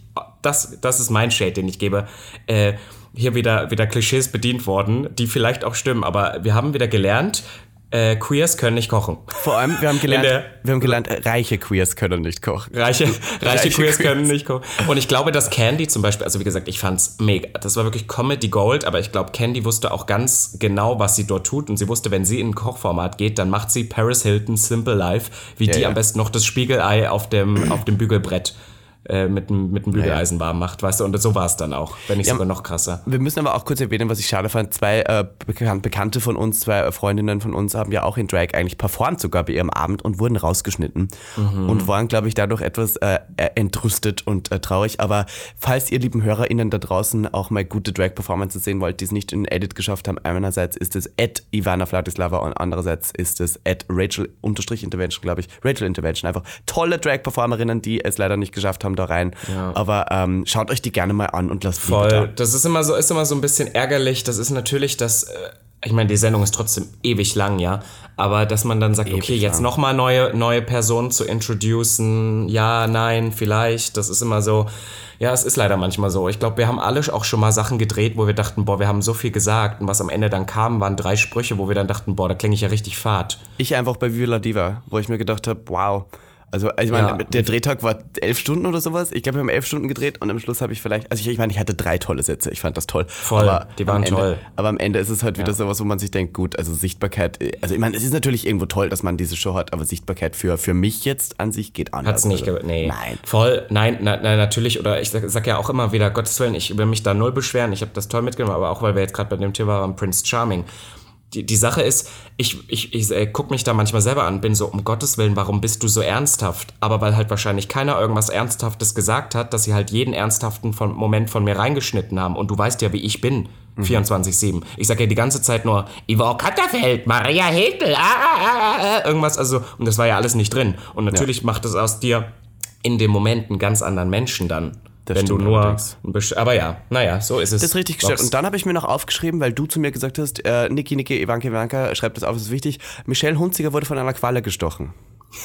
das, das ist mein Shade, den ich gebe. Äh, hier wieder, wieder Klischees bedient worden, die vielleicht auch stimmen, aber wir haben wieder gelernt, äh, Queers können nicht kochen. Vor allem, wir haben gelernt, der, wir haben gelernt, reiche Queers können nicht kochen. Reiche, reiche, reiche Queers, Queers können nicht kochen. Und ich glaube, dass Candy zum Beispiel, also wie gesagt, ich fand's mega. Das war wirklich Comedy Gold, aber ich glaube, Candy wusste auch ganz genau, was sie dort tut. Und sie wusste, wenn sie in ein Kochformat geht, dann macht sie Paris Hilton Simple Life, wie ja, die ja. am besten noch das Spiegelei auf dem, auf dem Bügelbrett Äh, mit dem mit dem Bügeleisen warm macht, weißt du, und so war es dann auch, wenn nicht ja, sogar noch krasser. Wir müssen aber auch kurz erwähnen, was ich schade fand, zwei äh, Bekan- Bekannte von uns, zwei äh, Freundinnen von uns haben ja auch in Drag eigentlich performt sogar bei ihrem Abend und wurden rausgeschnitten mhm. und waren, glaube ich, dadurch etwas äh, entrüstet und äh, traurig, aber falls ihr lieben HörerInnen da draußen auch mal gute Drag-Performances sehen wollt, die es nicht in den Edit geschafft haben, einerseits ist es at Ivana Vladislava und andererseits ist es at Rachel-Intervention, glaube ich, Rachel Intervention, einfach tolle Drag-Performerinnen, die es leider nicht geschafft haben, da rein. Ja. Aber ähm, schaut euch die gerne mal an und lasst Voll. Da. Das ist immer so, ist immer so ein bisschen ärgerlich. Das ist natürlich das, äh, ich meine, die Sendung ist trotzdem ewig lang, ja. Aber dass man dann sagt, ewig okay, jetzt nochmal neue, neue Personen zu introducen, ja, nein, vielleicht. Das ist immer so, ja, es ist leider manchmal so. Ich glaube, wir haben alle auch schon mal Sachen gedreht, wo wir dachten, boah, wir haben so viel gesagt. Und was am Ende dann kam, waren drei Sprüche, wo wir dann dachten, boah, da klinge ich ja richtig fad. Ich einfach bei Viva la Diva, wo ich mir gedacht habe, wow. Also ich meine, ja. der Drehtag war elf Stunden oder sowas. Ich glaube, wir haben elf Stunden gedreht und am Schluss habe ich vielleicht, also ich, ich meine, ich hatte drei tolle Sätze. Ich fand das toll. Voll, aber die waren Ende, toll. Aber am Ende ist es halt wieder ja. sowas, wo man sich denkt, gut, also Sichtbarkeit, also ich meine, es ist natürlich irgendwo toll, dass man diese Show hat, aber Sichtbarkeit für, für mich jetzt an sich geht anders. Hat's nicht, also, ge- nee. Nein. Voll, nein, na, na, natürlich, oder ich sag, sag ja auch immer wieder, Gottes Willen, ich will mich da null beschweren, ich habe das toll mitgenommen, aber auch, weil wir jetzt gerade bei dem Thema waren, Prince Charming. Die, die Sache ist, ich, ich, ich äh, gucke mich da manchmal selber an, bin so, um Gottes Willen, warum bist du so ernsthaft? Aber weil halt wahrscheinlich keiner irgendwas Ernsthaftes gesagt hat, dass sie halt jeden ernsthaften von, Moment von mir reingeschnitten haben. Und du weißt ja, wie ich bin, mhm. vierundzwanzig sieben. Ich sag ja die ganze Zeit nur, Ivo Katterfeld, Maria Hedl, ah, ah, ah, irgendwas, also, und das war ja alles nicht drin. Und natürlich ja. macht es aus dir in dem Moment einen ganz anderen Menschen dann. Das wenn du nur, Best- aber ja, naja, so ist es. Das ist richtig gestellt. Und dann habe ich mir noch aufgeschrieben, weil du zu mir gesagt hast, äh, Niki, Niki, Ivanka, Ivanka, schreib das auf, das ist wichtig. Michelle Hunziker wurde von einer Qualle gestochen.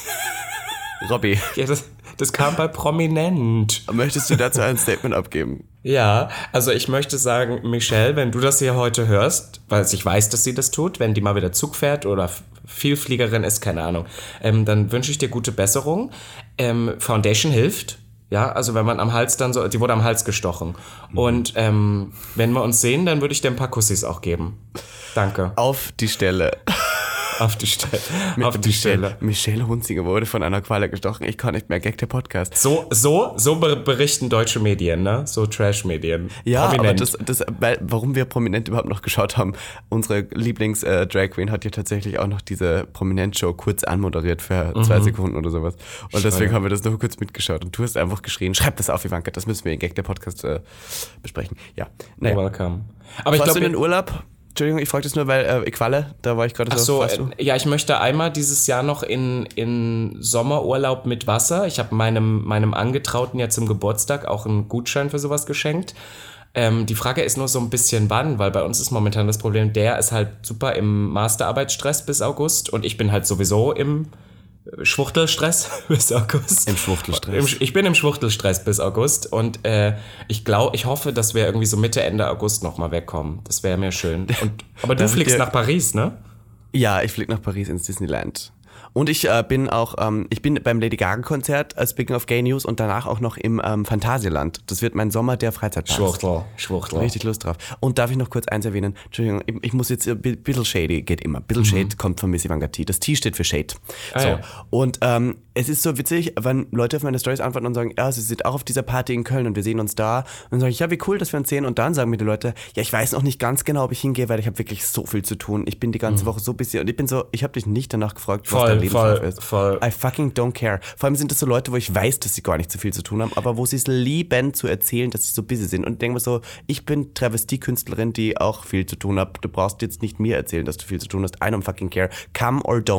Robby. Ja, das, das kam bei Prominent. Möchtest du dazu ein Statement abgeben? Ja, also ich möchte sagen, Michelle, wenn du das hier heute hörst, weil ich weiß, dass sie das tut, wenn die mal wieder Zug fährt oder Vielfliegerin ist, keine Ahnung, ähm, dann wünsche ich dir gute Besserung. Ähm, Foundation hilft. Ja, also wenn man am Hals dann so, die wurde am Hals gestochen. Mhm. Und ähm, wenn wir uns sehen, dann würde ich dir ein paar Kussis auch geben. Danke. Auf die Stelle. Auf die Stelle. Auf die Stelle. Michelle Hunziker wurde von einer Qualle gestochen. Ich kann nicht mehr, Gag der Podcast. So, so, so berichten deutsche Medien, ne? So Trash-Medien. Ja, Prominent. Aber das, das, weil, warum wir Prominent überhaupt noch geschaut haben, unsere Lieblings-Drag-Queen hat ja tatsächlich auch noch diese Prominent-Show kurz anmoderiert für mhm. zwei Sekunden oder sowas. Und deswegen haben wir das noch kurz mitgeschaut. Und du hast einfach geschrien, schreib das auf, Ivanka, das müssen wir in Gag der Podcast äh, besprechen. Ja, naja. Welcome. Aber ich glaube, in den Urlaub... Entschuldigung, ich frage das nur, weil äh, Qualle, da war ich gerade so. Ach so, äh, ja, ich möchte einmal dieses Jahr noch in, in Sommerurlaub mit Wasser. Ich habe meinem, meinem Angetrauten ja zum Geburtstag auch einen Gutschein für sowas geschenkt. Ähm, die Frage ist nur so ein bisschen wann, weil bei uns ist momentan das Problem, der ist halt super im Masterarbeitsstress bis August und ich bin halt sowieso im Schwuchtelstress bis August. Im Schwuchtelstress. Ich bin im Schwuchtelstress bis August und äh, ich glaube, ich hoffe, dass wir irgendwie so Mitte, Ende August nochmal wegkommen. Das wäre mir schön. Und, aber du fliegst nach Paris, ne? Ja, ich fliege nach Paris ins Disneyland. Und ich äh, bin auch, ähm, ich bin beim Lady Gaga-Konzert, uh, speaking of Gay News, und danach auch noch im ähm, Phantasialand. Das wird mein Sommer der Freizeitparks. Schwuchtel, Schwuchtel. Richtig Lust drauf. Und darf ich noch kurz eins erwähnen? Entschuldigung, ich, ich muss jetzt, ein äh, bisschen shady geht immer. Bisschen mhm. Shade kommt von Miss Ivanka T. Das T steht für Shade. Ah, so. Ja. Und ähm, es ist so witzig, wenn Leute auf meine Storys antworten und sagen, ja, sie sind auch auf dieser Party in Köln und wir sehen uns da. Und dann sage ich, ja, wie cool, dass wir uns sehen. Und dann sagen mir die Leute, ja, ich weiß noch nicht ganz genau, ob ich hingehe, weil ich habe wirklich so viel zu tun. Ich bin die ganze mhm. Woche so busy und ich bin so, ich habe dich nicht danach gefragt, voll, was dein Lebenslauf voll, ist. Voll. I fucking don't care. Vor allem sind das so Leute, wo ich weiß, dass sie gar nicht so viel zu tun haben, aber wo sie es lieben zu erzählen, dass sie so busy sind. Und ich denke mir so, ich bin Travestiekünstlerin, die auch viel zu tun hat. Du brauchst jetzt nicht mir erzählen, dass du viel zu tun hast. I don't fucking care. Come or don't.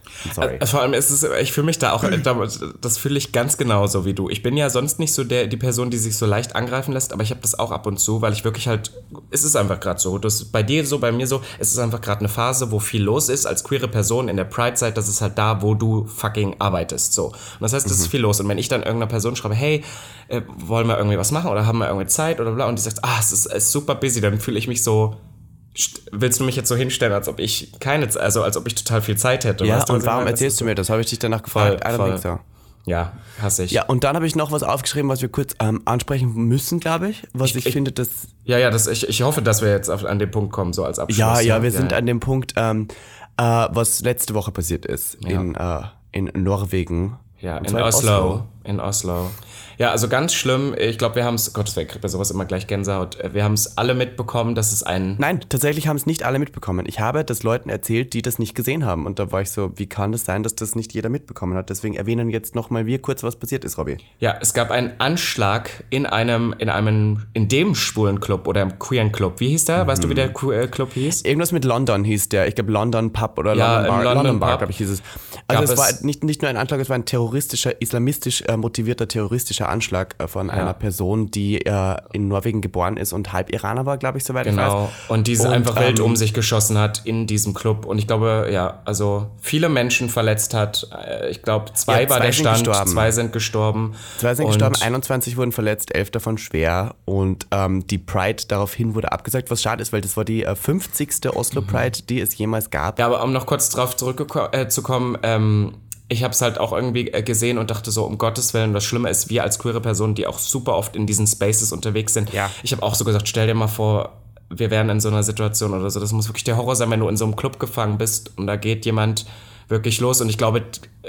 Sorry. Vor allem ist es, ich fühle mich da auch, das fühle ich ganz genauso wie du. Ich bin ja sonst nicht so der, die Person, die sich so leicht angreifen lässt, aber ich habe das auch ab und zu, weil ich wirklich halt, es ist einfach gerade so, das ist bei dir so, bei mir so, es ist einfach gerade eine Phase, wo viel los ist als queere Person in der Pride-Zeit, das ist halt da, wo du fucking arbeitest, so. Und das heißt, es mhm. ist viel los und wenn ich dann irgendeiner Person schreibe, hey, äh, wollen wir irgendwie was machen oder haben wir irgendwie Zeit oder bla und die sagt, ah, es ist, es ist super busy, dann fühle ich mich so, willst du mich jetzt so hinstellen, als ob ich keine, also als ob ich total viel Zeit hätte? Ja, weißt du, und warum meine? erzählst du mir das? Habe ich dich danach gefragt. Voll, voll. So. Ja, hasse ich. Ja, und dann habe ich noch was aufgeschrieben, was wir kurz ähm, ansprechen müssen, glaube ich. Was ich, ich, ich finde, das... Ja, ja, das, ich, ich hoffe, dass wir jetzt auf, an den Punkt kommen, so als Abschluss. Ja, ja, ja wir ja, sind ja. an dem Punkt, ähm, äh, was letzte Woche passiert ist ja. in, äh, in Norwegen. Ja, in Oslo. Oslo. In Oslo. Ja, also ganz schlimm. Ich glaube, wir haben es, Gottes Willen, ich kriege bei sowas immer gleich Gänsehaut. Wir haben es alle mitbekommen, dass es ein... Nein, tatsächlich haben es nicht alle mitbekommen. Ich habe das Leuten erzählt, die das nicht gesehen haben. Und da war ich so, wie kann das sein, dass das nicht jeder mitbekommen hat? Deswegen erwähnen jetzt nochmal wir kurz, was passiert ist, Robby. Ja, es gab einen Anschlag in einem, in einem, in dem schwulen Club oder im queeren Club. Wie hieß der? Mhm. Weißt du, wie der Club hieß? Irgendwas mit London hieß der. Ich glaube London Pub oder ja, London Bar. London, London Bar, Pub. glaube ich, hieß es. Also es, es war nicht, nicht nur ein Anschlag, es war ein terroristischer, islamistisch äh, motivierter terroristischer Anschlag äh, von einer ja. Person, die äh, in Norwegen geboren ist und halb Iraner war, glaube ich, soweit genau. ich weiß. Und die und, einfach ähm, wild um sich geschossen hat in diesem Club. Und ich glaube, ja, also viele Menschen verletzt hat. Ich glaube, zwei, ja, zwei war der Stand, gestorben. zwei sind gestorben. Zwei sind und gestorben, einundzwanzig wurden verletzt, elf davon schwer. Und ähm, die Pride daraufhin wurde abgesagt, was schade ist, weil das war die äh, fünfzigste Oslo Pride, die es jemals gab. Ja, aber um noch kurz drauf zurückzukommen, ähm, ich habe es halt auch irgendwie gesehen und dachte so, um Gottes Willen, das Schlimme ist, wir als queere Personen, die auch super oft in diesen Spaces unterwegs sind. Ja. Ich habe auch so gesagt, stell dir mal vor, wir wären in so einer Situation oder so. Das muss wirklich der Horror sein, wenn du in so einem Club gefangen bist und da geht jemand wirklich los. Und ich glaube,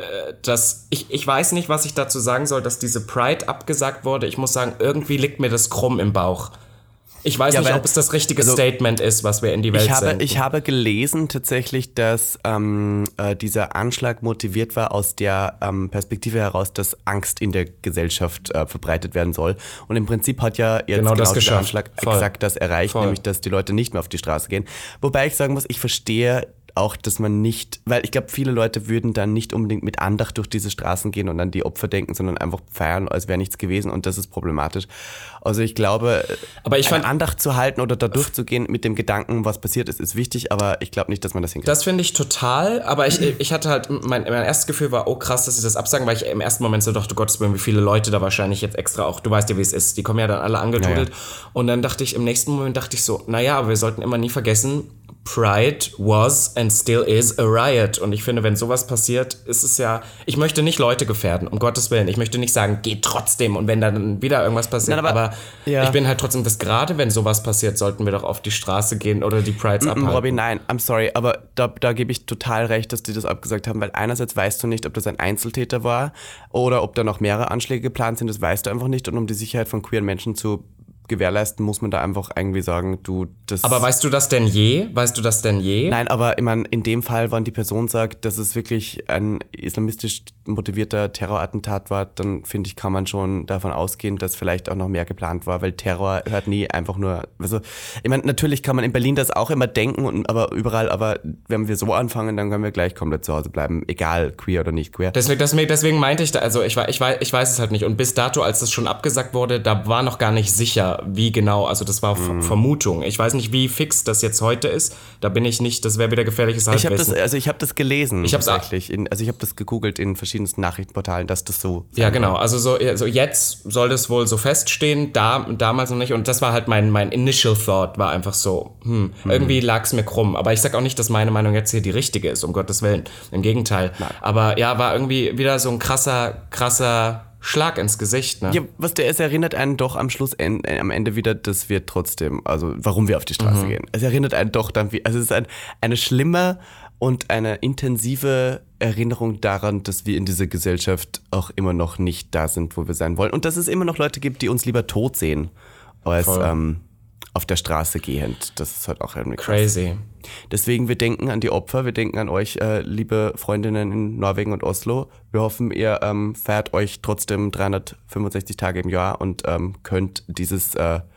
dass ich, ich weiß nicht, was ich dazu sagen soll, dass diese Pride abgesagt wurde. Ich muss sagen, irgendwie liegt mir das krumm im Bauch. Ich weiß ja, nicht, weil, ob es das richtige also, Statement ist, was wir in die Welt ich habe, senden. Ich habe gelesen tatsächlich, dass ähm, äh, dieser Anschlag motiviert war aus der ähm, Perspektive heraus, dass Angst in der Gesellschaft äh, verbreitet werden soll. Und im Prinzip hat ja jetzt genau, genau das der Anschlag Voll. exakt das erreicht, Voll. nämlich dass die Leute nicht mehr auf die Straße gehen. Wobei ich sagen muss, ich verstehe auch, dass man nicht, weil ich glaube, viele Leute würden dann nicht unbedingt mit Andacht durch diese Straßen gehen und an die Opfer denken, sondern einfach feiern, als wäre nichts gewesen und das ist problematisch. Also ich glaube, aber ich fand, eine Andacht zu halten oder da durchzugehen mit dem Gedanken, was passiert ist, ist wichtig, aber ich glaube nicht, dass man das hinkriegt. Das finde ich total, aber ich, ich hatte halt, mein, mein erstes Gefühl war, oh krass, dass sie das absagen, weil ich im ersten Moment so dachte, Gottes Willen, wie viele Leute da wahrscheinlich jetzt extra auch, du weißt ja, wie es ist, die kommen ja dann alle angetudelt. Naja. Und dann dachte ich, im nächsten Moment dachte ich so, naja, aber wir sollten immer nie vergessen, Pride was and still is a riot. Und ich finde, wenn sowas passiert, ist es ja, ich möchte nicht Leute gefährden, um Gottes Willen. Ich möchte nicht sagen, geht trotzdem. Und wenn dann wieder irgendwas passiert, Nein, aber, aber ja. ich bin halt trotzdem, dass gerade wenn sowas passiert, sollten wir doch auf die Straße gehen oder die Prides mm, abhalten. Robby, nein, I'm sorry, aber da, da gebe ich total recht, dass die das abgesagt haben, weil einerseits weißt du nicht, ob das ein Einzeltäter war oder ob da noch mehrere Anschläge geplant sind, das weißt du einfach nicht. Und um die Sicherheit von queeren Menschen zu gewährleisten, muss man da einfach irgendwie sagen, du, das... Aber weißt du das denn je? Weißt du das denn je? Nein, aber ich meine, in dem Fall, wenn die Person sagt, dass es wirklich ein islamistisch motivierter Terrorattentat war, dann finde ich, kann man schon davon ausgehen, dass vielleicht auch noch mehr geplant war, weil Terror hört nie einfach nur... Also, ich meine, natürlich kann man in Berlin das auch immer denken, und, aber überall, aber wenn wir so anfangen, dann können wir gleich komplett zu Hause bleiben, egal queer oder nicht queer. Deswegen, deswegen, deswegen meinte ich da, also ich, ich, weiß, ich weiß es halt nicht. Und bis dato, als das schon abgesagt wurde, da war noch gar nicht sicher, wie genau, also das war mm. Vermutung. Ich weiß nicht, wie fix das jetzt heute ist. Da bin ich nicht, das wäre wieder gefährliches Halbwissen. Ich habe das, also ich habe das gelesen. Ich habe tatsächlich. In, also ich habe das gegoogelt in verschiedensten Nachrichtenportalen, dass das so. Ja, genau. Also so, also jetzt soll das wohl so feststehen. Da damals noch nicht. Und das war halt mein mein Initial Thought, war einfach so. Hm, hm. Irgendwie lag es mir krumm. Aber ich sag auch nicht, dass meine Meinung jetzt hier die richtige ist. Um Gottes Willen. Im Gegenteil. Nein. Aber ja, war irgendwie wieder so ein krasser, krasser Schlag ins Gesicht, ne? Ja, was der ist, erinnert einen doch am Schluss, äh, am Ende wieder, dass wir trotzdem, also warum wir auf die Straße mhm. gehen. Es erinnert einen doch dann, wie, also es ist ein, eine schlimme und eine intensive Erinnerung daran, dass wir in dieser Gesellschaft auch immer noch nicht da sind, wo wir sein wollen. Und dass es immer noch Leute gibt, die uns lieber tot sehen, als ähm, auf der Straße gehend. Das ist halt auch irgendwie krass. Crazy. Deswegen, wir denken an die Opfer, wir denken an euch, äh, liebe Freundinnen in Norwegen und Oslo. Wir hoffen, ihr ähm, feiert euch trotzdem dreihundertfünfundsechzig Tage im Jahr und ähm, könnt dieses, äh,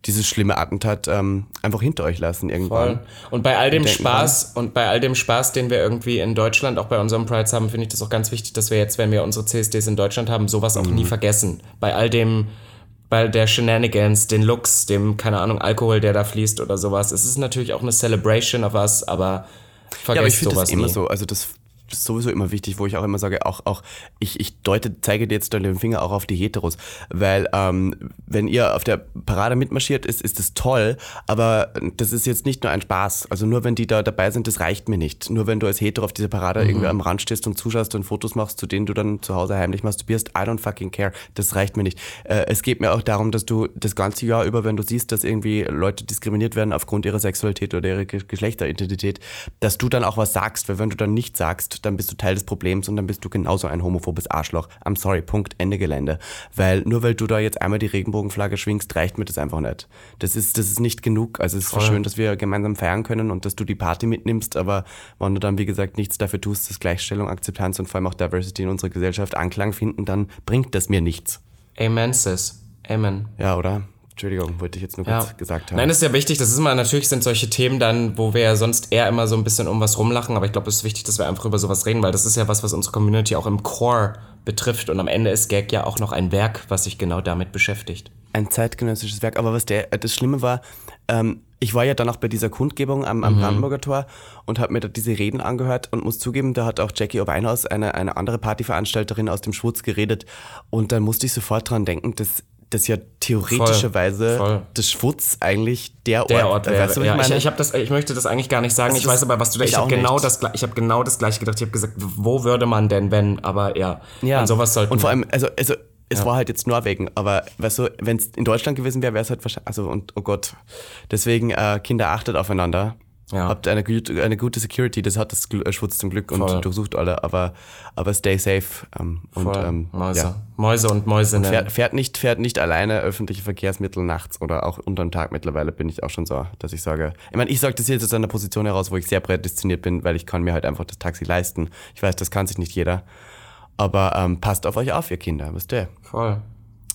dieses schlimme Attentat ähm, einfach hinter euch lassen irgendwann. Voll. Und bei all dem denken Spaß und bei all dem Spaß, den wir irgendwie in Deutschland, auch bei unseren Prides haben, finde ich das auch ganz wichtig, dass wir jetzt, wenn wir unsere C S Ds in Deutschland haben, sowas auch mhm. nie vergessen. Bei all dem, bei der Shenanigans, den Looks, dem, keine Ahnung, Alkohol, der da fließt oder sowas. Es ist natürlich auch eine Celebration of us, aber vergesst ja, aber ich sowas das immer nie. so, also das ist sowieso immer wichtig, wo ich auch immer sage, auch, auch ich, ich deute, zeige dir jetzt den Finger auch auf die Heteros, weil ähm, wenn ihr auf der Parade mitmarschiert, ist, ist das toll, aber das ist jetzt nicht nur ein Spaß, also nur wenn die da dabei sind, das reicht mir nicht. Nur wenn du als Hetero auf dieser Parade mhm. irgendwie am Rand stehst und zuschaust und Fotos machst, zu denen du dann zu Hause heimlich masturbierst, I don't fucking care, das reicht mir nicht. Äh, es geht mir auch darum, dass du das ganze Jahr über, wenn du siehst, dass irgendwie Leute diskriminiert werden aufgrund ihrer Sexualität oder ihrer Geschlechteridentität, dass du dann auch was sagst, weil wenn du dann nichts sagst, dann bist du Teil des Problems und dann bist du genauso ein homophobes Arschloch. I'm sorry, Punkt, Ende Gelände. Weil nur weil du da jetzt einmal die Regenbogenflagge schwingst, reicht mir das einfach nicht. Das ist, das ist nicht genug. Also es ist zwar schön, dass wir gemeinsam feiern können und dass du die Party mitnimmst, aber wenn du dann, wie gesagt, nichts dafür tust, dass Gleichstellung, Akzeptanz und vor allem auch Diversity in unserer Gesellschaft Anklang finden, dann bringt das mir nichts. Amen, sis. Amen. Ja, oder? Entschuldigung, wollte ich jetzt nur kurz ja. gesagt haben. Nein, das ist ja wichtig. Das ist immer, natürlich sind solche Themen dann, wo wir ja sonst eher immer so ein bisschen um was rumlachen, aber ich glaube, es ist wichtig, dass wir einfach über sowas reden, weil das ist ja was, was unsere Community auch im Core betrifft und am Ende ist Gag ja auch noch ein Werk, was sich genau damit beschäftigt. Ein zeitgenössisches Werk, aber was der, das Schlimme war, ähm, ich war ja dann auch bei dieser Kundgebung am, am mhm. Brandenburger Tor und habe mir da diese Reden angehört und muss zugeben, da hat auch Jackie O'Weinhaus, eine, eine andere Partyveranstalterin aus dem Schwutz, geredet und dann musste ich sofort dran denken, dass das ja theoretischerweise voll, voll. das Schwutz eigentlich der Ort, der Ort wäre. Weißt du, ja, ich, ich, ich, hab das, ich möchte das eigentlich gar nicht sagen. Das ich weiß aber, was du da. Ich habe genau das, ich habe genau das Gleiche gedacht. Ich habe gesagt, wo würde man denn, wenn? Aber ja, ja. an sowas sollten. Und vor allem, also, also es ja. war halt jetzt Norwegen, aber weißt du, wenn es in Deutschland gewesen wäre, wäre es halt wahrscheinlich. Also und oh Gott, deswegen äh, Kinder, achtet aufeinander. Ja. Habt eine, eine gute Security, das hat das Schwutz zum Glück und Voll. durchsucht alle, aber, aber stay safe. Ähm, und, ähm, Mäuse. Ja. Mäuse und Mäuse. Und fährt, fährt, nicht, fährt nicht alleine öffentliche Verkehrsmittel nachts oder auch unterm Tag. Mittlerweile bin ich auch schon so, dass ich sage, ich meine, ich sage das jetzt aus einer Position heraus, wo ich sehr prädestiniert bin, weil ich kann mir halt einfach das Taxi leisten. Ich weiß, das kann sich nicht jeder. Aber ähm, passt auf euch auf, ihr Kinder, wisst ihr? Voll.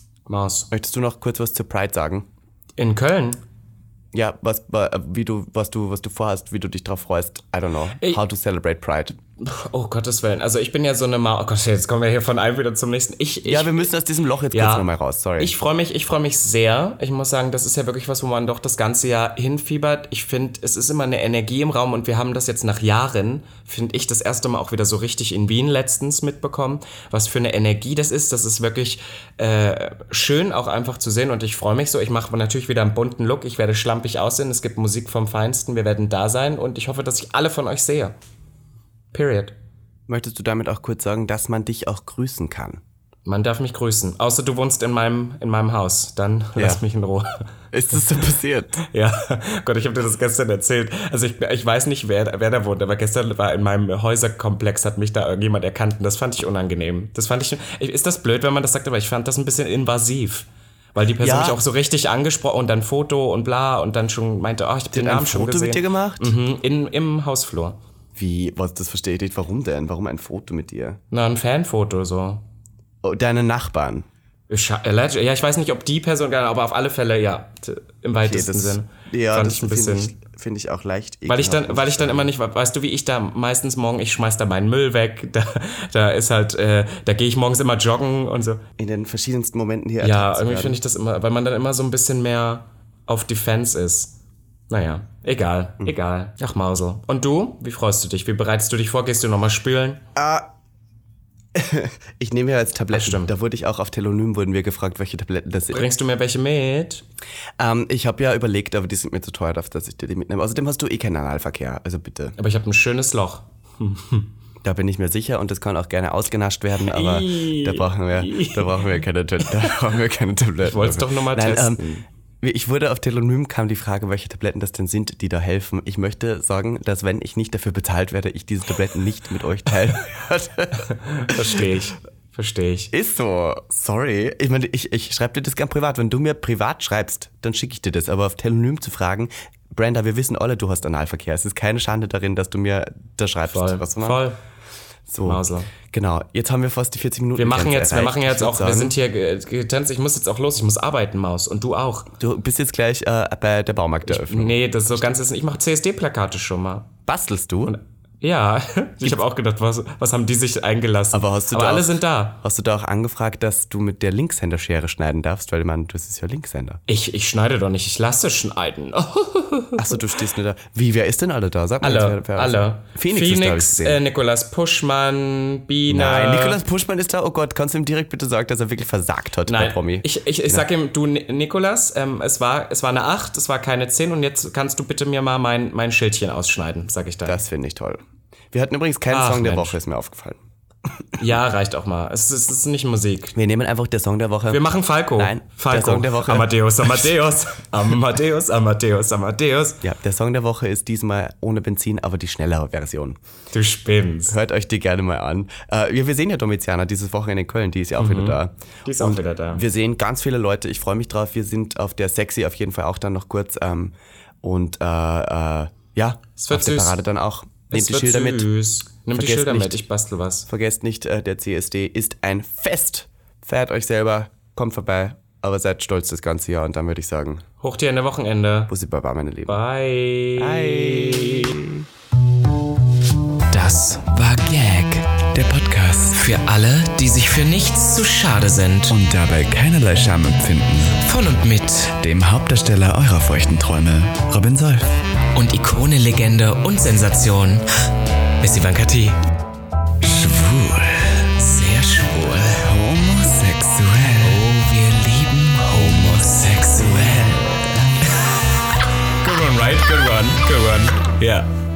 Maus. Möchtest du noch kurz was zur Pride sagen? In Köln? Ja, was, wie du, was du, was du vorhast, wie du dich drauf freust. I don't know. Ich, How to celebrate Pride. Oh Gottes Willen. Also ich bin ja so eine Ma... Oh Gott, jetzt kommen wir hier von einem wieder zum nächsten. Ich, ich, ja, wir müssen aus diesem Loch jetzt ja, kurz nochmal raus, sorry. Ich freue mich, ich freue mich sehr. Ich muss sagen, das ist ja wirklich was, wo man doch das ganze Jahr hinfiebert. Ich finde, es ist immer eine Energie im Raum und wir haben das jetzt nach Jahren, finde ich, das erste Mal auch wieder so richtig in Wien letztens mitbekommen, was für eine Energie das ist. Das ist wirklich äh, schön auch einfach zu sehen und ich freue mich so. Ich mache natürlich wieder einen bunten Look. Ich werde schlampig aussehen. Es gibt Musik vom Feinsten. Wir werden da sein und ich hoffe, dass ich alle von euch sehe. Period. Möchtest du damit auch kurz sagen, dass man dich auch grüßen kann? Man darf mich grüßen. Außer du wohnst in meinem, in meinem Haus. Dann ja. lass mich in Ruhe. Ist das so passiert? Ja. Gott, ich habe dir das gestern erzählt. Also ich, ich weiß nicht, wer, wer da wohnt, aber gestern war in meinem Häuserkomplex, hat mich da irgendjemand erkannt und das fand ich unangenehm. Das fand ich, ist das blöd, wenn man das sagt, aber ich fand das ein bisschen invasiv. Weil die Person ja. mich auch so richtig angesprochen und dann Foto und bla und dann schon meinte, oh, ich habe den Namen schon gesehen. Foto mit dir gemacht? Mhm, in, im Hausflur. Wie, was, das verstehe ich nicht. Warum denn? Warum ein Foto mit dir? Na, ein Fanfoto so. Oh, deine Nachbarn? Ich, ja, ich weiß nicht, ob die Person, aber auf alle Fälle, ja, im weitesten okay, das, Sinn. Ja, fand das ich ein bisschen finde ich, find ich auch leicht. Weil ich dann, weil ich dann immer nicht, weißt du, wie ich da meistens morgen, ich schmeiß da meinen Müll weg, da, da ist halt, äh, da gehe ich morgens immer joggen und so. In den verschiedensten Momenten hier. Ja, irgendwie finde ich das immer, weil man dann immer so ein bisschen mehr auf Defense ist. Naja, egal, hm. egal. Ach, Mausel. Und du? Wie freust du dich? Wie bereitest du dich vor? Gehst du nochmal spülen? Ah. Ich nehme ja als Tabletten. Ach, da wurde ich auch auf Telonym, wurden wir gefragt, welche Tabletten das sind. Bringst du mir welche mit? Ähm, ich habe ja überlegt, aber die sind mir zu teuer, dass ich dir die mitnehme. Außerdem hast du eh keinen Analverkehr, also bitte. Aber ich habe ein schönes Loch. Da bin ich mir sicher und das kann auch gerne ausgenascht werden, aber da brauchen wir, da brauchen wir keine, da brauchen wir keine Tabletten. Ich wollte es doch nochmal testen. Ähm, Ich wurde auf Telonym, kam die Frage, welche Tabletten das denn sind, die da helfen. Ich möchte sagen, dass wenn ich nicht dafür bezahlt werde, ich diese Tabletten nicht mit euch teilen werde. Verstehe ich. Verstehe ich. Ist so. Sorry. Ich meine, ich, ich schreibe dir das gern privat. Wenn du mir privat schreibst, dann schicke ich dir das. Aber auf Telonym zu fragen, Brenda, wir wissen alle, du hast Analverkehr. Es ist keine Schande darin, dass du mir da schreibst. Voll. Was du Voll. So, Mausel. Genau. Jetzt haben wir fast die vierzig Minuten. Wir machen jetzt, wir machen jetzt auch, sagen, wir sind hier getanzt, ich muss jetzt auch los, ich muss arbeiten, Maus. Und du auch. Du bist jetzt gleich äh, bei der Baumarkteröffnung. Nee, das ist so ganz, ich mache C S D-Plakate schon mal. Bastelst du? Und, ja, ich habe auch gedacht, was, was haben die sich eingelassen? Aber, hast du Aber da alle auch, sind da. Hast du da auch angefragt, dass du mit der Linkshänderschere schneiden darfst? Weil man, das ist ja Linkshänder. Ich, ich schneide doch nicht, ich lasse schneiden. Achso, du stehst nur da. Wie, wer ist denn alle da? Sag mal Alle, jetzt, wer, wer alle. Phoenix, Phoenix ist da, hab ich gesehen. äh, Nikolas Puschmann, Bina. Nein, Nikolas Puschmann ist da. Oh Gott, kannst du ihm direkt bitte sagen, dass er wirklich versagt hat Nein, bei Promi? ich, ich, ich sag ihm, du Nikolas, ähm, es, war, es war eine acht, es war keine zehn und jetzt kannst du bitte mir mal mein, mein Schildchen ausschneiden, sag ich da. Das finde ich toll. Wir hatten übrigens keinen Ach, Song der Mensch. Woche, ist mir aufgefallen. Ja, reicht auch mal. Es ist, es ist nicht Musik. Wir nehmen einfach der Song der Woche. Wir machen Falco. Nein, Falco. der Song der Woche. Amadeus, Amadeus, Amadeus, Amadeus, Amadeus. Ja, der Song der Woche ist diesmal ohne Benzin, aber die schnellere Version. Du spinnst. Hört euch die gerne mal an. Äh, wir, wir sehen ja Domiziana dieses Wochenende in Köln, die ist ja auch mhm. wieder da. Die ist auch Und wieder da. Wir sehen ganz viele Leute, ich freue mich drauf. Wir sind auf der Sexy auf jeden Fall auch dann noch kurz. Ähm, und äh, äh, ja, es wird auf der süß. Parade dann auch. Nehmt es die wird Schilder süß. mit. Nimm Vergesst die Schilder nicht, mit, ich bastel was. Vergesst nicht, äh, der C S D ist ein Fest. Feiert euch selber, kommt vorbei, aber seid stolz das ganze Jahr. Und dann würde ich sagen, Hoch dir Ende Wochenende. Bussi Baba, meine Lieben. Bye. Bye. Das war Gag, der Podcast Für alle, die sich für nichts zu schade sind. und dabei keinerlei Scham empfinden. Von und mit Dem Hauptdarsteller eurer feuchten Träume, Robin Solf. und Ikone, Legende und Sensation Miss Ivanka T. Schwul. Sehr schwul. Homosexuell. Oh, wir lieben homosexuell. Good one, right? Good one. Good one. Yeah.